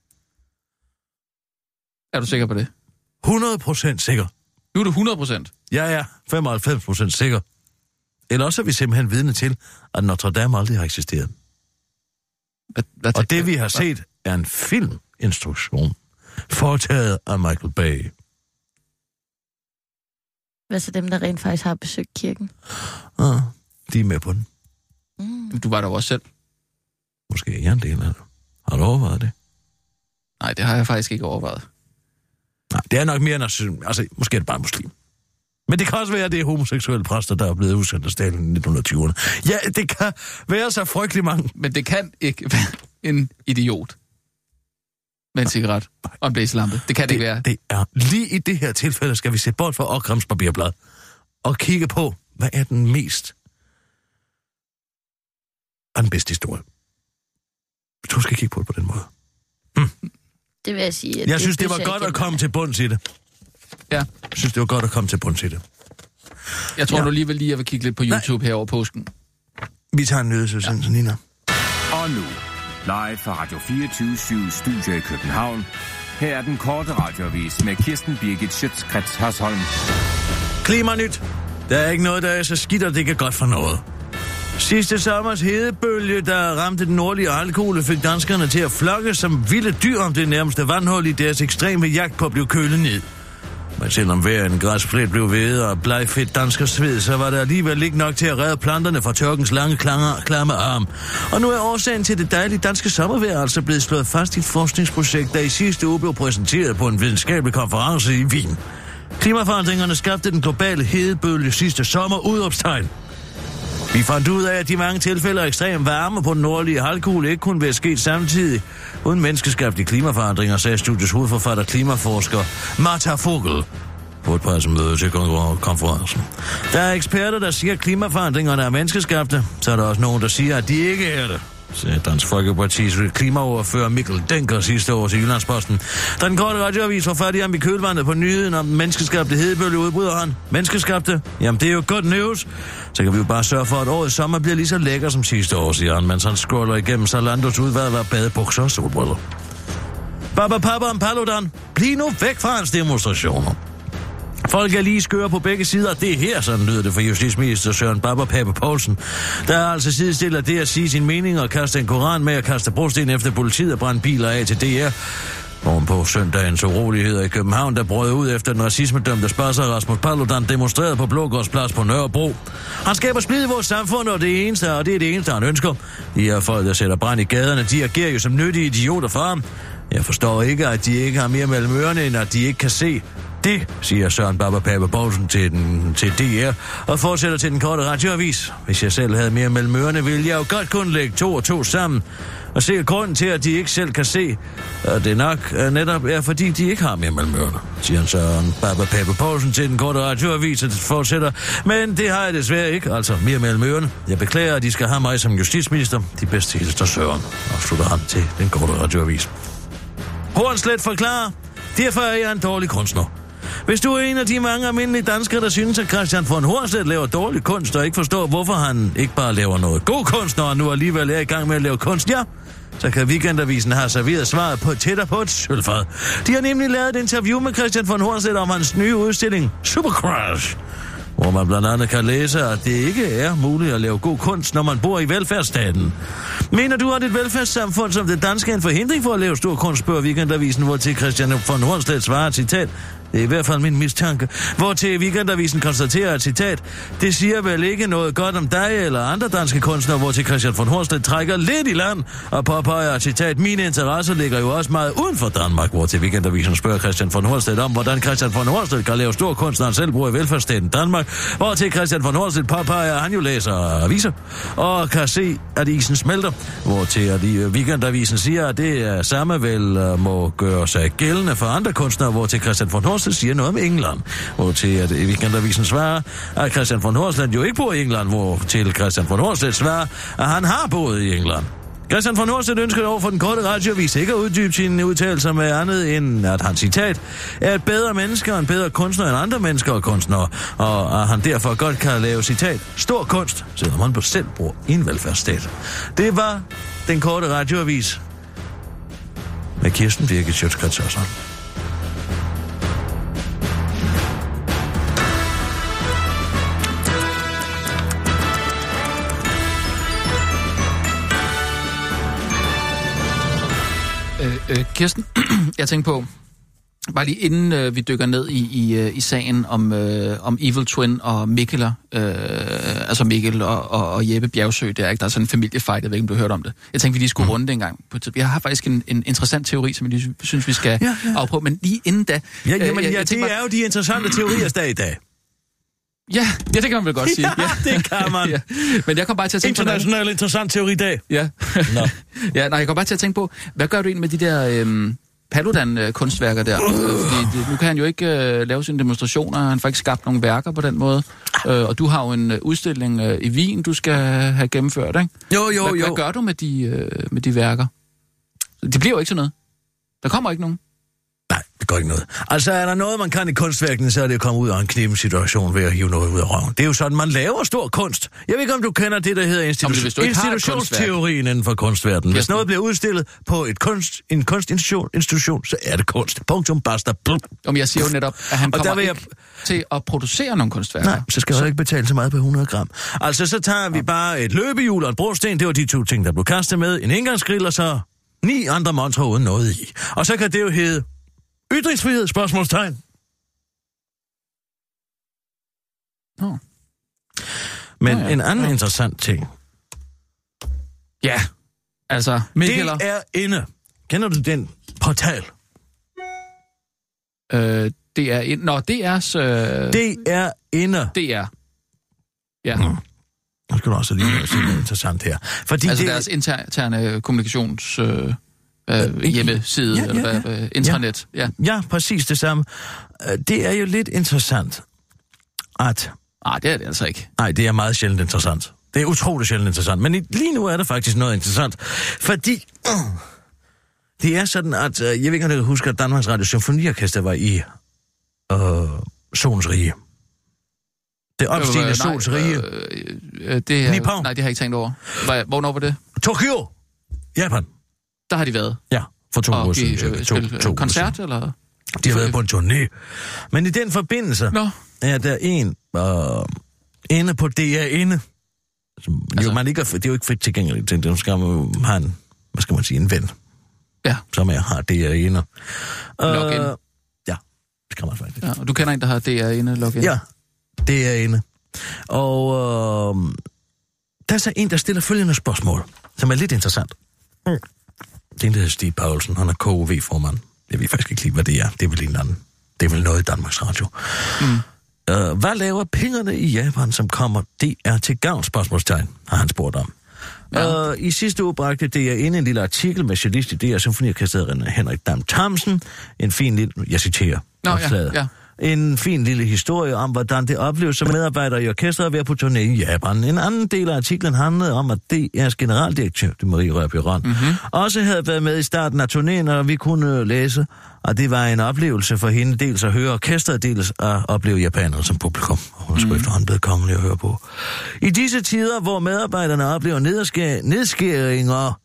Er du sikker på det? hundrede procent sikker. Nu er du hundrede procent? Ja, ja. femoghalvfems procent sikker. Eller også er vi simpelthen vidne til, at Notre Dame aldrig har eksisteret. Hvad, hvad Og det, vi har set, er en filminstruktion, foretaget af Michael Bay. Hvad så dem, der rent faktisk har besøgt kirken? Ah, de er med på den. Mm. Du var der også selv. Måske er jeg en del af det. Har du overvejet det? Nej, det har jeg faktisk ikke overvejet. Nej, det er nok mere end... Altså, måske er det bare muslim. Men det kan også være, at det er homoseksuelle præster, der er blevet udsendt af Stalin i nitten tyverne. Ja, det kan være så frygtelig mange. Men det kan ikke være en idiot med en cigaret og en blæselampe. Det kan det, det ikke være. Det er lige i det her tilfælde, skal vi se bort fra Ockhams papirblad og kigge på, hvad er den mest og den bedste historie. Du skal kigge på det på den måde. Hm. Det vil jeg sige. Jeg det synes, det var godt at komme til bunds i det. Ja. Jeg synes, det var godt at komme til bunds i det. Jeg tror ja. du alligevel lige, at jeg vil kigge lidt på YouTube Nej. her over påsken. Vi tager en nyhedsudsendelse, ja. Nina. Og nu, live fra Radio fireogtyve syv Studio i København. Her er den korte radioavis med Kirsten Birgit Schøtz-Krets Hørsholm. Klimanyt. Der er ikke noget, der er så skidt, og det kan godt for noget. Sidste sommers hedebølge, der ramte den nordlige halvkugle, fik danskerne til at flokke som vilde dyr om det nærmeste vandhul i deres ekstreme jagt på at blive kølet ned. Men selvom hver en græsplet blev ved og blegfedt dansker sved, så var der alligevel ikke nok til at redde planterne fra tørkens lange, klanger, klamme arm. Og nu er årsagen til det dejlige danske sommervejr altså blevet slået fast i et forskningsprojekt, der i sidste uge blev præsenteret på en videnskabelig konference i Wien. Klimaforandringerne skabte den globale hedebølge sidste sommer udopstegn. Vi fandt ud af, at de mange tilfælde af ekstrem varme på den nordlige halvkugle ikke kunne være sket samtidig uden menneskeskabte klimaforandringer, sagde studiets hovedforfatter klimaforsker Martha Vogel på et pressemøde til konferencen. Der er eksperter, der siger, at klimaforandringerne er menneskeskabte, så er der også nogen, der siger, at de ikke er det, sagde Dansk Folkepartis klimaoverfører Mikkel Denker sidste år til Jyllandsposten. Da den korte radioavis var færdig ham i kølvandet på nyheden om menneskeskabte hedebølge, udbryder han. Menneskeskabte? Jamen, det er jo godt news. Så kan vi jo bare sørge for, at årets sommer bliver lige så lækker som sidste år, siger han, mens han scroller igennem Zalandos udvalg af badebukser og solbriller. Baba Papa om Paludan, bliv nu væk fra hans demonstrationer. Folk er lige skøre på begge sider. Det er her, sådan lyder det for justitsminister Søren Baba Pape Poulsen. Der er altså sidestiller det at sige sin mening og kaste en koran med at kaste brosten efter politiet og brænde biler af til D R. Oven på søndagens uroligheder i København, der brød ud efter den racismedømte spasser Rasmus Paludan demonstrerede på Blågårdsplads på Nørrebro. Han skaber splid i vores samfund, og det, eneste, og det er det eneste, han ønsker. De her folk, der sætter brand i gaderne, de agerer jo som nyttige idioter for ham. Jeg forstår ikke, at de ikke har mere mellem ørerne, end at de ikke kan se. Det, siger Søren Baba Pape Poulsen til, den, til D R, og fortsætter til den korte radioavis. Hvis jeg selv havde mere mellem ørerne, ville jeg jo godt kunne lægge to og to sammen og se grunden til, at de ikke selv kan se. Og det nok er netop er, fordi de ikke har mere mellem ørerne, siger Søren Baba Pape Poulsen til den korte radioavis, og det fortsætter. Men det har jeg desværre ikke, altså mere mellem ørerne. Jeg beklager, at de skal have mig som justitsminister. De bedste hilser Søren, og slutter han til den korte radioavis. Hornslet forklarer, derfor er jeg en dårlig kunstner. Hvis du er en af de mange almindelige danskere, der synes, at Christian von Hornslet laver dårlig kunst, og ikke forstår, hvorfor han ikke bare laver noget god kunst, når han nu alligevel er i gang med at lave kunst, ja, så kan Weekendavisen have serveret svaret på tættere på et sølvfad. De har nemlig lavet et interview med Christian von Hornslet om hans nye udstilling, Supercrash, hvor man blandt andet kan læse, at det ikke er muligt at lave god kunst, når man bor i velfærdsstaten. Mener du, at et velfærdssamfund som det danske er en forhindring for at lave stor kunst, spørger Weekendavisen, hvor til Christian von Hornslet svarer, citat, det er i hvert fald min mistanke, hvor til Weekendavisen konstaterer, at citat, det siger vel ikke noget godt om dig eller andre danske kunstnere, hvor til Christian von Hornslet trækker lidt i land og påpeger, at citat, mine interesser ligger jo også meget uden for Danmark, hvor til Weekendavisen spørger Christian von Hornslet om, hvordan Christian von Hornslet kan lave stor kunst, når han selv bor i velfærdsstaten Danmark, hvor til Christian von Hornslet påpeger, at han jo læser aviser og kan se, at isen smelter, hvor til at Weekendavisen siger, at det er samme vel må gøre sig gældende for andre kunstnere, hvor til Christian von Hornslet siger noget om England, hvor til at Weekendavisen svarer, at Christian von Hornslet jo ikke bor i England, hvor til Christian von Hornslet svarer, at han har boet i England. Christian von Hornslet ønsker over for den korte radioavis ikke at uddybe sine udtalelser med andet end, at han, citat, er et bedre menneske og en bedre kunstner end andre mennesker og kunstnere, og at han derfor godt kan lave, citat, stor kunst, selvom han på selv bor i en velfærdsstat. Det var den korte radioavis med Kirsten Birgit Schøtz-Krets Hørsholm. Øh, øh, Kirsten, jeg tænkte på, Bare lige inden øh, vi dykker ned i, i, i sagen om, øh, om Evil Twin og Mikkeler, øh, altså Mikkel og, og, og Jeppe Bjergsø, der, ikke? Der er sådan en familiefight, jeg ved ikke, om du har hørt om det. Jeg tænkte, vi lige skulle mm. runde det en gang. Jeg har faktisk en, en interessant teori, som jeg lige synes, vi skal ja, ja. afprøve, men lige inden da... Ja, jamen, øh, jeg, ja, jeg det bare, er jo de interessante teorier dag i dag. Ja, ja, det kan man vel godt sige. Ja, det kan man. ja. Men jeg kom bare til at tænke International interessant teori-dag. Ja. Nå. ja, nej, jeg kom bare til at tænke på, hvad gør du egentlig med de der øhm, Paludan-kunstværker der? Øh, fordi det, nu kan han jo ikke øh, lave sine demonstrationer, han får ikke skabt nogle værker på den måde. Øh, og du har jo en øh, udstilling øh, i Wien, du skal have gennemført, ikke? Jo, jo, hvad, jo. Hvad gør du med de, øh, med de værker? Det bliver jo ikke sådan noget. Der kommer ikke nogen. Nej, det gør ikke noget. Altså, er der noget, man kan i kunstværkene, så er det at komme ud af en kniben situation ved at hive noget ud af røven. Det er jo sådan, man laver stor kunst. Jeg ved ikke, om du kender det, der hedder institu- Jamen, institutionsteorien inden for kunstverdenen. Hvis noget bliver udstillet på et kunst, en kunstinstitution, institution, så er det kunst. Punktum, basta, blum. Om jeg siger jo netop, at han kommer ikke jeg... til at producere nogle kunstværker. Nej, så skal jeg ikke betale så meget på hundrede gram. Altså, så tager vi bare et løbehjul og en brosten. Det var de to ting, der blev kastet med. En indgangsgrill og så ni andre montrer uden noget i. Og så kan det jo hedde ytringsfrihed, spørgsmålstegn. Oh. Men oh, ja. en anden oh. interessant ting. Ja, altså... Mikkel det er inde. Kender du den portal? Øh, det er inde. Nå, det er... Øh... Det er inde. Det er. Ja. Mm. Nu skal du også lige mm. se noget interessant her. Fordi altså det... deres interne kommunikations... Øh... Øh, hjemmeside, ja, ja, ja. eller hvad, intranet. Ja. Ja. ja, præcis det samme. Det er jo lidt interessant, at... Nej, det er det altså ikke. Nej, det er meget sjældent interessant. Det er utroligt sjældent interessant. Men lige nu er det faktisk noget interessant, fordi... Øh, det er sådan, at... Øh, jeg ved ikke, om du kan huske, at Danmarks Radio Symfoniorkester var i... Øh, Solens Rige. Det opstigende øh, Solens Rige. Øh, øh, det er, Nippon. Nej, det har jeg ikke tænkt over. Hvornår var det? Tokyo! Japan. Der har de været. Ja, for to og år siden. Og spille to, koncert, eller? De har været på en turné. Men i den forbindelse Nå. er der en øh, inde på D R inde. Som, altså, jo, man ikke er, det er jo ikke frit tilgængeligt. Det skal man have en, hvad skal man sige, en ven. Ja. Som jeg har D R inde. Login. Øh, ja, det kan man faktisk. Ja, og du kender en, der har D R inde login? Ja, D R inde. Og øh, der er så en, der stiller følgende spørgsmål, som er lidt interessant. Mm. Det er en, der hedder Stig Paulsen. Han er K O V-formand. Jeg ved faktisk ikke lige, hvad det er. Det er vel en anden. Det er vel noget i Danmarks Radio. Mm. Uh, hvad laver pengene i Japan, som kommer D R til gavn? Spørgsmålstegn, har han spurgt om. Ja. Uh, I sidste uge bragte D R ind en lille artikel med journalist i D R Symfoniorkestret Henrik Dam Thamsen. En fin lille... Jeg citerer. Nå, ja, ja. En fin lille historie om, hvordan det opleves som medarbejder i orkestret at være på turné i Japan. En anden del af artiklen handlede om, at D R's generaldirektør, det Marie Rørby Røn, mm-hmm. også havde været med i starten af turnéen, og vi kunne læse, at det var en oplevelse for hende dels at høre orkestret, dels at opleve japanerne som publikum. Og hun skulle mm-hmm. efterhånden blevet kongelig at høre på. I disse tider, hvor medarbejderne oplever nedskæ- nedskæringer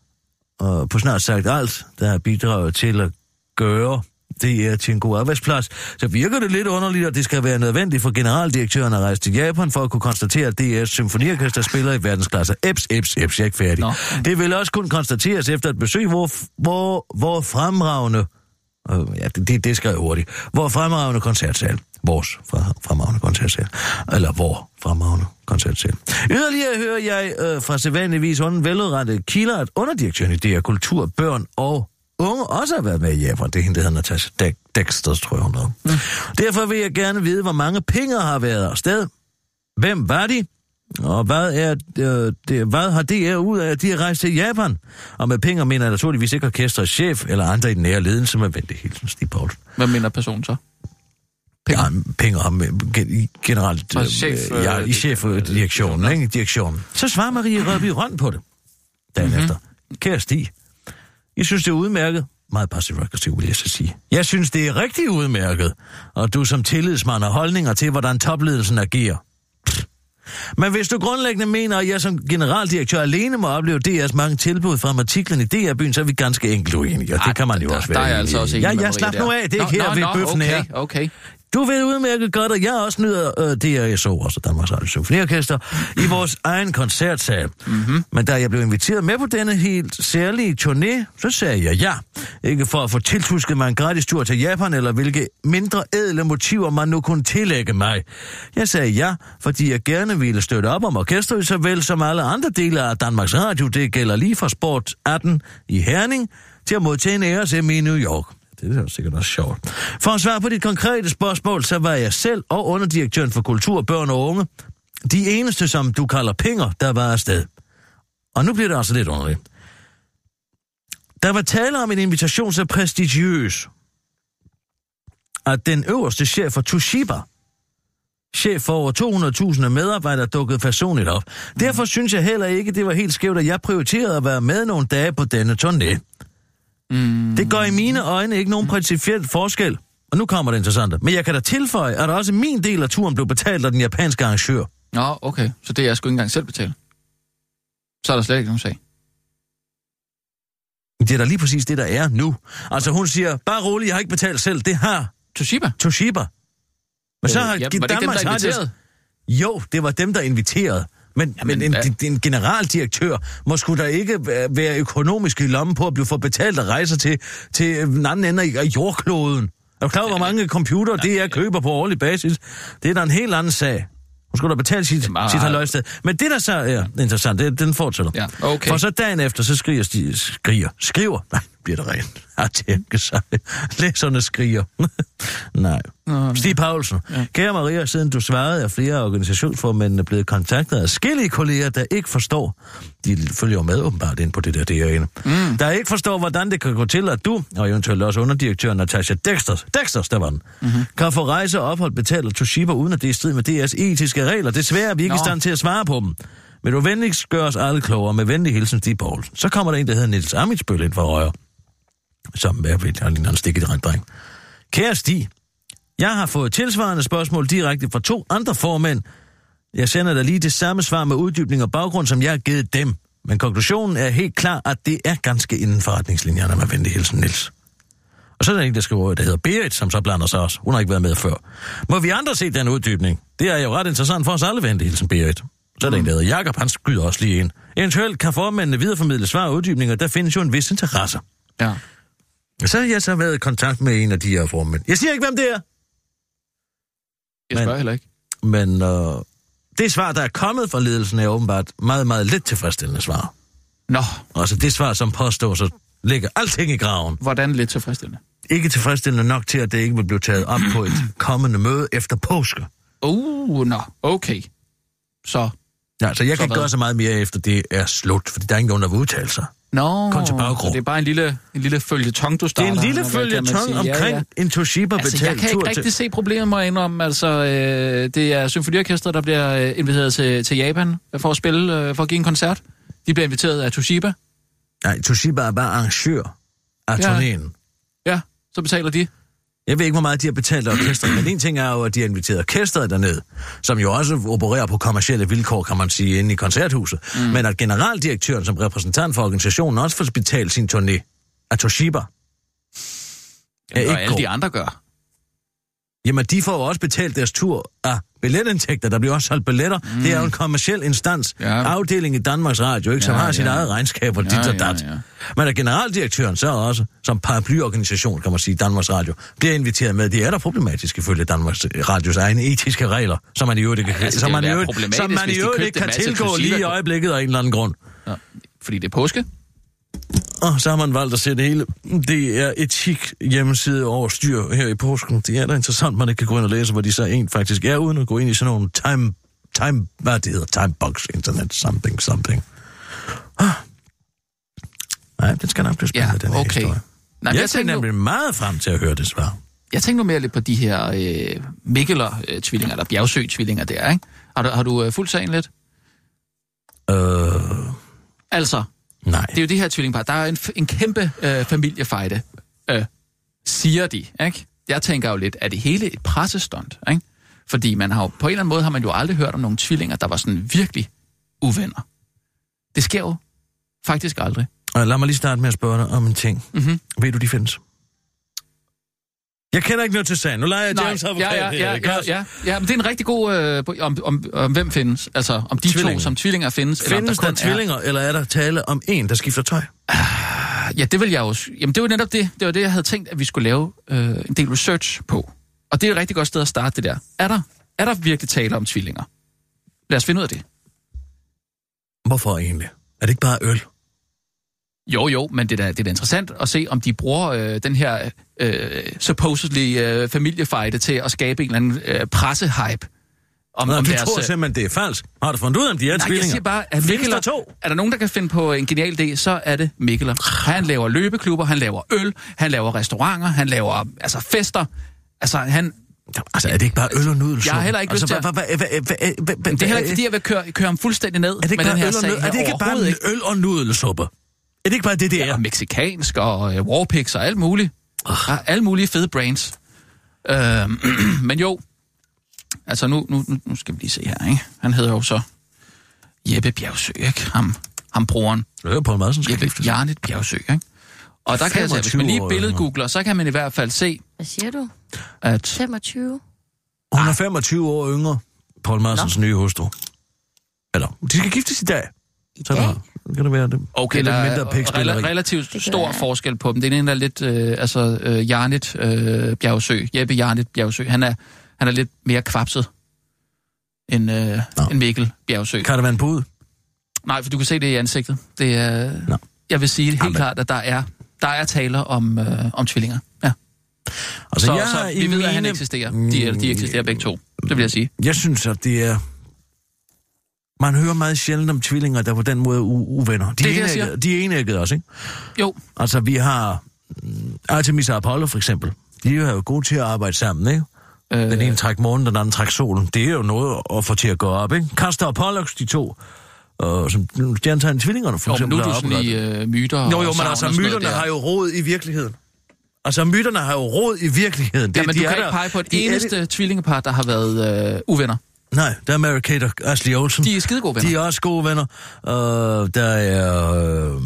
og på snart sagt alt, der bidrager til at gøre det er til en god arbejdsplads, så virker det lidt underligt, at det skal være nødvendigt for generaldirektøren at rejse til Japan for at kunne konstatere, at D R's symfoniorkester spiller i verdensklasse. Eps, eps, eps, jeg er ikke færdig. Nå. Det vil også kun konstateres efter et besøg, hvor, hvor, hvor fremragende, øh, ja, det, det skrev jeg hurtigt, hvor fremragende koncertsal, vores fremragende koncertsal, eller hvor fremragende koncertsal. Yderligere hører jeg øh, fra sædvanligvis under veludrettede kilder, at underdirektøren i D R Kultur, Børn og Unge også har været med i Japan. Det er hende, der hedder Natasha Dexter, tror jeg, hun er. Mm. Derfor vil jeg gerne vide, hvor mange penge har været afsted. Hvem var de? Og hvad, er, øh, det, hvad har D R ud af, at de har rejst til Japan? Og med penge mener jeg naturligvis ikke orkestrets chef eller andre i den nære ledelse med venlig hilsen, Stig Poulsen. Hvad mener personen så? Penge? Ja, penge om generelt øh, chef, øh, ja, i chefdirektionen, øh, ikke? Direktionen. Så svarer Marie Rørby Røn på det. Dagen mm-hmm. efter. Kære Stig, jeg synes, det er udmærket. Meget passiv-aggressiv, vil jeg så sige. Jeg synes, det er rigtig udmærket. Og du som tillidsmand har holdninger til, hvordan topledelsen agerer. Pff. Men hvis du grundlæggende mener, at jeg som generaldirektør alene må opleve D R's mange tilbud fra artiklen i D R-byen, så er vi ganske enkelt uenige. Og det kan man jo der, også være. Der er altså også ja, jeg slap nu af. Det er ikke her ved bøffen okay, her. Okay. Du ved udmærket godt, at jeg også nyder øh, D R S O, altså Danmarks Radio Symfoniorkester, i vores egen koncertsal. Mm-hmm. Men da jeg blev inviteret med på denne helt særlige turné, så sagde jeg ja. Ikke for at få tiltusket mig en gratis tur til Japan, eller hvilke mindre ædle motiver man nu kunne tillægge mig. Jeg sagde ja, fordi jeg gerne ville støtte op om orkestret, så vel som alle andre dele af Danmarks Radio. Det gælder lige fra Sport atten i Herning til at modtage en æresem i New York. Det er sikkert også sjovt. For at svare på dit konkrete spørgsmål, så var jeg selv og underdirektøren for kultur, børn og unge de eneste, som du kalder pinger, der var afsted. Og nu bliver det altså lidt underligt. Der var tale om en invitation så prestigiøs, at den øverste chef for Toshiba, chef for over to hundrede tusind medarbejdere, dukkede personligt op. Derfor synes jeg heller ikke, det var helt skævt, at jeg prioriterede at være med nogle dage på denne turné. Mm. Det gør i mine øjne ikke nogen principiel forskel. Og nu kommer det interessante. Men jeg kan da tilføje, at også min del af turen blev betalt af den japanske arrangør. Nå, okay. Så det er jeg sgu ikke engang selv betale. Så er der slet ikke nogen sag. Det er da lige præcis det, der er nu. Altså hun siger, bare rolig, jeg har ikke betalt selv. Det har Toshiba. Toshiba. Men så har ja, var det dem, der inviterede? Jo, det var dem, der inviterede. Men, Jamen, men en, en generaldirektør må sgu da ikke være økonomisk i lommen på at blive for betalt at rejse til, til den anden ende af jordkloden. Er du klar over, hvor mange computere det er køber på årlig basis? Det er da en helt anden sag. Hun skulle da betale sit, sit halvøjsted. Men det, der så er interessant, det, den fortsætter. Ja, okay. For så dagen efter, så skriger de, skriger, skriver, nej, bliver det rent. Jeg tænker sig. Læserne skriger. Nej. Nå, Stig Poulsen. Ja. Kære Maria, siden du svarede, er flere organisationsformændene blevet kontaktet af skillige kolleger, der ikke forstår, de følger jo med åbenbart ind på det der derinde, mm. der ikke forstår, hvordan det kan gå til, at du, og eventuelt også underdirektør Natasha Dexters, Dexters, der var den, mm-hmm. kan få rejse og ophold betalt af Toshiba, uden at det er i strid med D R's etiske regler. Desværre er vi ikke Nå. i stand til at svare på dem. Men du venligst gør os alle klogere med venlig hilsen Stig Poulsen. Så kommer der en, der hedder Niels Amitsbøl ind for Røger, som er ved at ligner en stik i det dreng. Kære Stig, jeg har fået tilsvarende spørgsmål direkte fra to andre formænd. Jeg sender dig lige det samme svar med uddybning og baggrund, som jeg har givet dem. Men konklusionen er helt klar, at det er ganske inden for retningslinjerne med venlig hilsen Niels. Og så er der en, der skriver, der hedder Berit, som så blander sig også. Hun har ikke været med før. Må vi andre se den uddybning? Det er jo ret interessant for os alle, venlig hilsen Berit. Så er der en, der hedder Jakob, han skyder også lige ind. Eventuelt kan formændene videreformidle svar og uddybninger, der findes jo en vis interesse. Ja. Så har jeg så været i kontakt med en af de her formænd. Jeg siger ikke, hvem det er. Jeg spørger men, heller ikke. Men øh, det svar, der er kommet fra ledelsen, er åbenbart meget, meget lidt tilfredsstillende svar. Nå. Altså det svar, som påstår, så ligger alting i graven. Hvordan lidt tilfredsstillende? Ikke tilfredsstillende nok til, at det ikke vil blive taget op på et kommende møde efter påske. Uh, nå, okay. Så... Ja, så jeg så kan ikke gøre så meget mere efter det er slut, fordi der er ingen nogen, der vil udtale sig. Nå, så det er bare en lille, en lille følgetong, du starter. Det er en lille følgetong omkring ja, ja. en Toshiba-betalt altså, jeg kan ikke rigtig til... se problemet med at indrømme. Altså, øh, det er symfoniorkestret, der bliver øh, inviteret til, til Japan for at spille, øh, for at give en koncert. De bliver inviteret af Toshiba. Nej, Toshiba er bare arrangør af ja. turnéen. Ja, så betaler de. Jeg ved ikke, hvor meget de har betalt af orkestret, men en ting er jo, at de har inviteret orkestret derned, som jo også opererer på kommercielle vilkår, kan man sige, inde i koncerthuset. Mm. Men at generaldirektøren som repræsentant for organisationen også får betalt sin turné af Toshiba. Det gør alle de andre gør. Jamen, de får jo også betalt deres tur af billetindtægter. Der bliver også solgt billetter. Mm. Det er jo en kommerciel instans. Ja. Afdeling i Danmarks Radio, ikke, som ja, har sit ja. eget regnskab og ja, dit og dat. Ja, ja. Men at generaldirektøren så også, som paraplyorganisation, kan man sige, Danmarks Radio, bliver inviteret med. Det er da problematisk ifølge Danmarks Radios egne etiske regler, som man i øvrigt ikke, ja, altså, som man i øvrigt, som man i øvrigt ikke kan tilgå lige i øjeblikket af en eller anden grund. Ja. Fordi det er påske? Og så har man valgt at sætte hele det er etik hjemmeside over styr her i påsken. Det er da interessant, man ikke kan gå ind og læse, hvor de så en faktisk er, uden at gå ind i sådan nogle time, time hvad det hedder, timebox, internet, something, something. Ah. Nej, det skal nok blive spændende, ja, den her okay. historie. Nej, jeg, jeg tænker nemlig nu... meget frem til at høre det svar. Jeg tænker nu mere lidt på de her øh, Mikkeler-tvillinger, eller Bjergsø-tvillinger der, ikke? Har du, har du øh, fulgt sagen lidt? Øh... Altså... Nej. Det er jo det her tvillingpar. Der er en, en kæmpe øh, familiefejde, øh, siger de, ikke? Jeg tænker jo lidt, er det hele et pressestunt, ikke? Fordi man har jo, på en eller anden måde har man jo aldrig hørt om nogle tvillinger, der var sådan virkelig uvenner. Det sker jo faktisk aldrig. Og lad mig lige starte med at spørge dig om en ting. Mm-hmm. Ved du, de findes? Jeg kender ikke noget til sagen. Nu leger jeg Nej, James advokat ja, ja, her, ja, ikke ja, også? ja, ja, men det er en rigtig god... Øh, om, om, om hvem findes. Altså, om de Tvillinger. to som tvillinger findes. Findes eller der, om der tvillinger, er... eller er der tale om en, der skifter tøj? Ja, det vil jeg jo... Jamen, det var netop det. Det var det, jeg havde tænkt, at vi skulle lave øh, en del research på. Og det er et rigtig godt sted at starte det der. Er der, er der virkelig tale om tvillinger? Lad os finde ud af det. Hvorfor egentlig? Er det ikke bare øl? Jo, jo, men det er da, det er da interessant at se, om de bruger øh, den her øh, supposedly øh, familiefejde til at skabe en eller anden øh, pressehype. Om, Nå, om du deres, tror simpelthen, det er falsk. Har du fundet ud af, om de er nej, tvillinger? jeg siger bare, at Findes Mikkeler, der to? er der nogen, der kan finde på en genial idé, så er det Mikkeler. Han laver løbeklubber, han laver øl, han laver restauranter, han laver altså fester. Altså, han... Altså, er det ikke bare øl og nudelsuppe? Jeg har heller ikke lyst til at... Det er heller ikke, fordi jeg vil køre, køre ham fuldstændig ned er det ikke med den bare her øl og sag nød- her. Er det ikke bare Overhovedet øl og nudelsuppe? Er det ikke bare det, det er? Ja, og mexikansk og øh, warpix og alt muligt. Ja, alle mulige fede brains. Øh, men jo, altså nu, nu, nu skal vi lige se her, ikke? Han hedder jo så Jeppe Bjergsø, ikke? Ham, ham broren. Det er Poul Madsen, skal Jeppe giftes. Jarnet Bjergsø, ikke? Og der kan jeg sige, hvis man lige billedgoogler, så kan man i hvert fald se, Hvad siger du? at... femogtyve? Hun er femogtyve år yngre, Poul Madsens nye hustru. Eller, de skal giftes i dag. I Så dag? der, kan det være det. Okay, det der er er lidt mindre pikspilleri. rela- relativt kan stor være. forskel på dem. Det er en, der er lidt, øh, altså, øh, Jarnet øh, Bjergsø, Jeppe Jarnet Bjergsø. Han er, han er lidt mere kvapset end, øh, end Mikkel Bjergsø. Kan der være en bud? Nej, for du kan se det i ansigtet. Det er, Nå. jeg vil sige helt Amen. klart, at der er, der er taler om, øh, om tvillinger. Ja. Altså, Så, jeg så har vi i ved, at han mine- eksisterer. De, eller de eksisterer begge to. Det vil jeg sige. Jeg synes, at det er... Man hører meget sjældent om tvillinger, der på den måde er u- uvenner. De Det er det, jeg enæggede- siger. De er enæggede også, ikke? Jo, Altså, vi har mm, Artemis og Apollo, for eksempel. De er jo gode til at arbejde sammen, ikke? øh, Den ene træk månen, den anden træk solen. Det er jo noget at få til at gå op, ikke? Castor og Pollux, de to, øh, som stjernetegn tvillingerne, for jo, men nu eksempel. er du sådan i øh, myter Jo, jo, og men altså, sagn og sådan noget myterne der. har jo rod i virkeligheden. Altså, myterne har jo rod i virkeligheden. Det, Jamen, de du er kan ikke der- pege på et de er eneste tvillingepar, der har været øh, uvenner. det- Nej, der er Mary Kate og Ashley Olsen. De er skide gode venner. De er også gode venner. Uh, der er... Øh,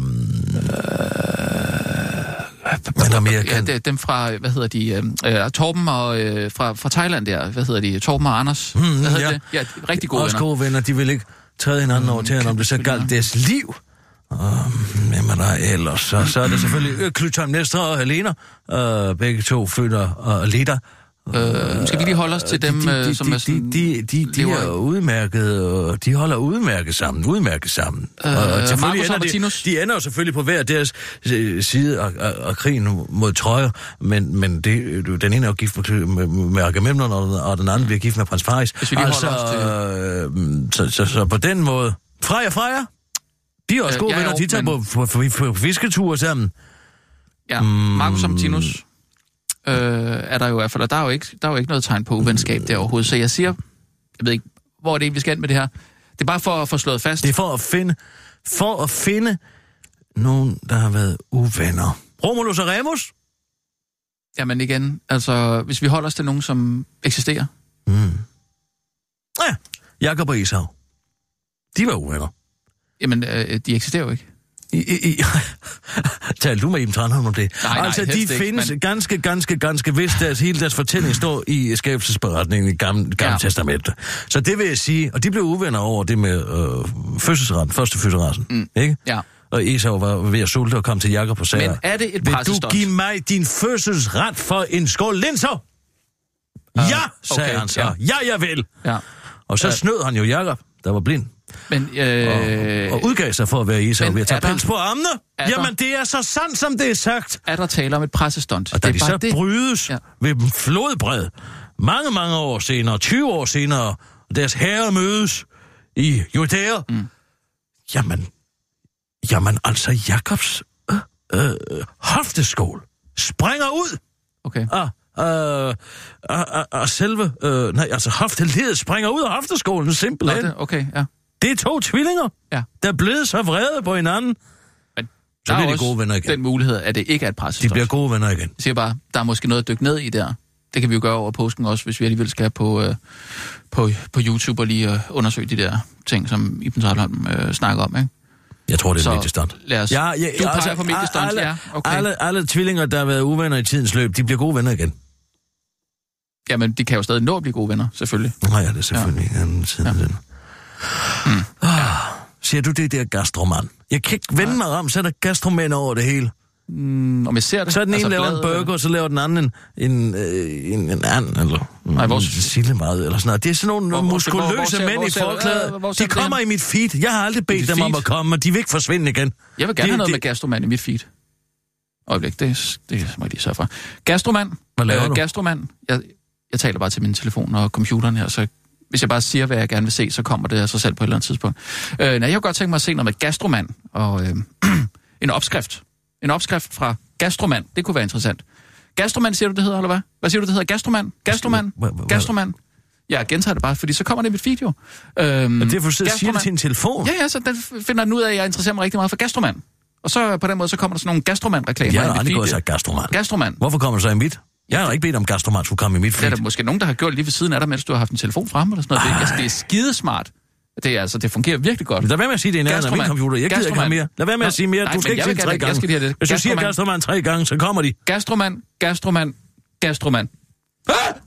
hvad er der mere, jeg Ja, kan? det, dem fra, hvad hedder de, øh, Torben og øh, fra, fra Thailand der, hvad hedder de, Torben og Anders, hvad hedder ja. det? Ja, de er rigtig gode Også venner. gode venner. De vil ikke træde hinanden over til, om det så galt deres liv. Uh, hvem er der ellers? Så, så er det selvfølgelig Klytom Nestor og Helena. Uh, begge to føler og Leda. Øh, skal vi lige holde os til dem, de, de, øh, som de, er sådan... De, de, de, de lever er i- udmærket, og de holder udmærket sammen, udmærket sammen. Øh, og selvfølgelig Marcus og ender Martinus? de, de ender jo selvfølgelig på hver deres øh, side af, af, af krigen mod Troja, men, men det, den ene er jo gift med, med, med Agamemnon, og, og den anden bliver gift med prins Paris. Hvis vi lige altså, holder øh, så, så, så på den måde... Freja, Freja! De er også Øh, gode ja, venner, jo, de tager men- på, på, på, på fisketure sammen. Ja, Marcus og Martinus øh, er der jo i hvert fald, og der er jo ikke, der er jo ikke noget tegn på uvenskab der overhovedet. Så jeg siger, jeg ved ikke, hvor er det, vi skal ind med det her. Det er bare for at få slået fast. Det er for at finde, for at finde nogen, der har været uvenner. Romulus og Remus? Jamen igen, altså, hvis vi holder os til nogen, som eksisterer. Mm. Ja, Jakob og Esau. De var uvenner. Jamen, øh, de eksisterer jo ikke. I, i, i. Tal du med Iben Tranholm om det? Nej, nej, altså, de helst ikke, findes men- ganske, ganske, ganske vist. Deres, hele deres fortælling står i skabelsesberetningen i Gamle, gamle Ja. ja. Testamentet. Så det vil jeg sige, og de blev uvenner over det med øh, fødselsretten, første fødselsretten, mm. ikke? Ja. Og Esau var ved at sulte og kom til Jakob og sagde, Men er det et vil du pressestunt? give mig din fødselsret for en skål linser? Ah, Ja, sagde okay, han så. ja. Ja, jeg vil. Ja. Og så Ja. snød han jo Jakob, der var blind, Men, øh, og, og udgav sig for at være Esau men ved at tage er der- pels på armene. er der- Jamen, det er så sandt, som det er sagt. er der tale om et pressestunt? Og da det de er så bare det. brydes Ja. ja. ved flodbred, mange, mange år senere, tyve år senere, og deres herre mødes i Judæa, mm. jamen, jamen altså Jakobs øh, øh, hofteskål springer ud Okay. af, af, af, af, af selve, øh, nej, altså hofteledet springer ud af hofteskålen, Nå, simpelthen. det, okay, ja. Det er to tvillinger, Ja. der er blevet så vrede på hinanden. Men Så der bliver er de også gode venner igen. den mulighed, at det ikke er et De pressestunt. bliver gode venner igen. Jeg siger bare, der er måske noget at dykke ned i der. Det kan vi jo gøre over påsken også, hvis vi alligevel skal på, øh, på, på YouTube og lige øh, undersøge de der ting, som Iben Tranholm øh, snakker om, ikke? Jeg tror, det er Så et mediestunt. lad os... Ja, ja, du peger på mediestunt, alle, ja, okay. alle, alle tvillinger, der har været uvenner i tidens løb, de bliver gode venner igen. Jamen, de kan jo stadig nå at blive gode venner, selvfølgelig. Nå ja, det er selvfølgelig ja. en tid. Ja. Den. Mm. Ah, siger du det der gastromand? Jeg kan ikke vende mig om, så er der gastromænd over det hele. Mm, om jeg ser det. Så den altså, ene laver en burger, og så laver den anden en, en, en, en anden, eller Nej, vores... en sillemad, eller sådan noget. Det er sådan nogle hvor, muskuløse hvor, hvor, mænd hvor, i forklæder. De kommer i mit feed. Jeg har aldrig bedt dem om at komme, og de vil ikke forsvinde igen. Jeg vil gerne de, have noget de... med gastromand i mit feed. Øjeblik, det, det må jeg lige sørge for. Gastromand. Hvad laver øh, du? Gastromand. Jeg, jeg taler bare til min telefon og computeren her, så hvis jeg bare siger, hvad jeg gerne vil se, så kommer det af sig selv på et eller andet tidspunkt. Øh, nej, jeg kunne godt tænke mig at se noget med gastromand og øh, en opskrift. En opskrift fra gastromand. Det kunne være interessant. Gastromand, siger du, det hedder, eller hvad? Hvad siger du, det hedder? Gastromand? Gastromand? Gastromand? Jeg gentager det bare, fordi så kommer det i mit video. Øhm, Men det er for at sige det til en telefon? Ja, ja, så den finder den ud af, at jeg interesserer mig rigtig meget for gastromand. Og så på den måde, så kommer der sådan nogle gastromand-reklamer. Jeg har aldrig gået og sagt gastromand. Gastromand. Hvorfor kommer det så i mit? Jeg har ikke bedt om gastromand skulle komme i mit feed. Det er der måske nogen, der har gjort lige ved siden af dig, mens du har haft en telefon frem eller sådan noget. Det, altså, det er skidesmart. Det, er, altså, det fungerer virkelig godt. Lad være med at sige det i nærheden af min computer. Jeg gider ikke have mere. Lad være med at sige mere. Du skal ikke sige tre gange. Jeg skal Hvis du siger gastromand tre gange, så kommer de. Gastromand, gastromand, gastromand. Ah!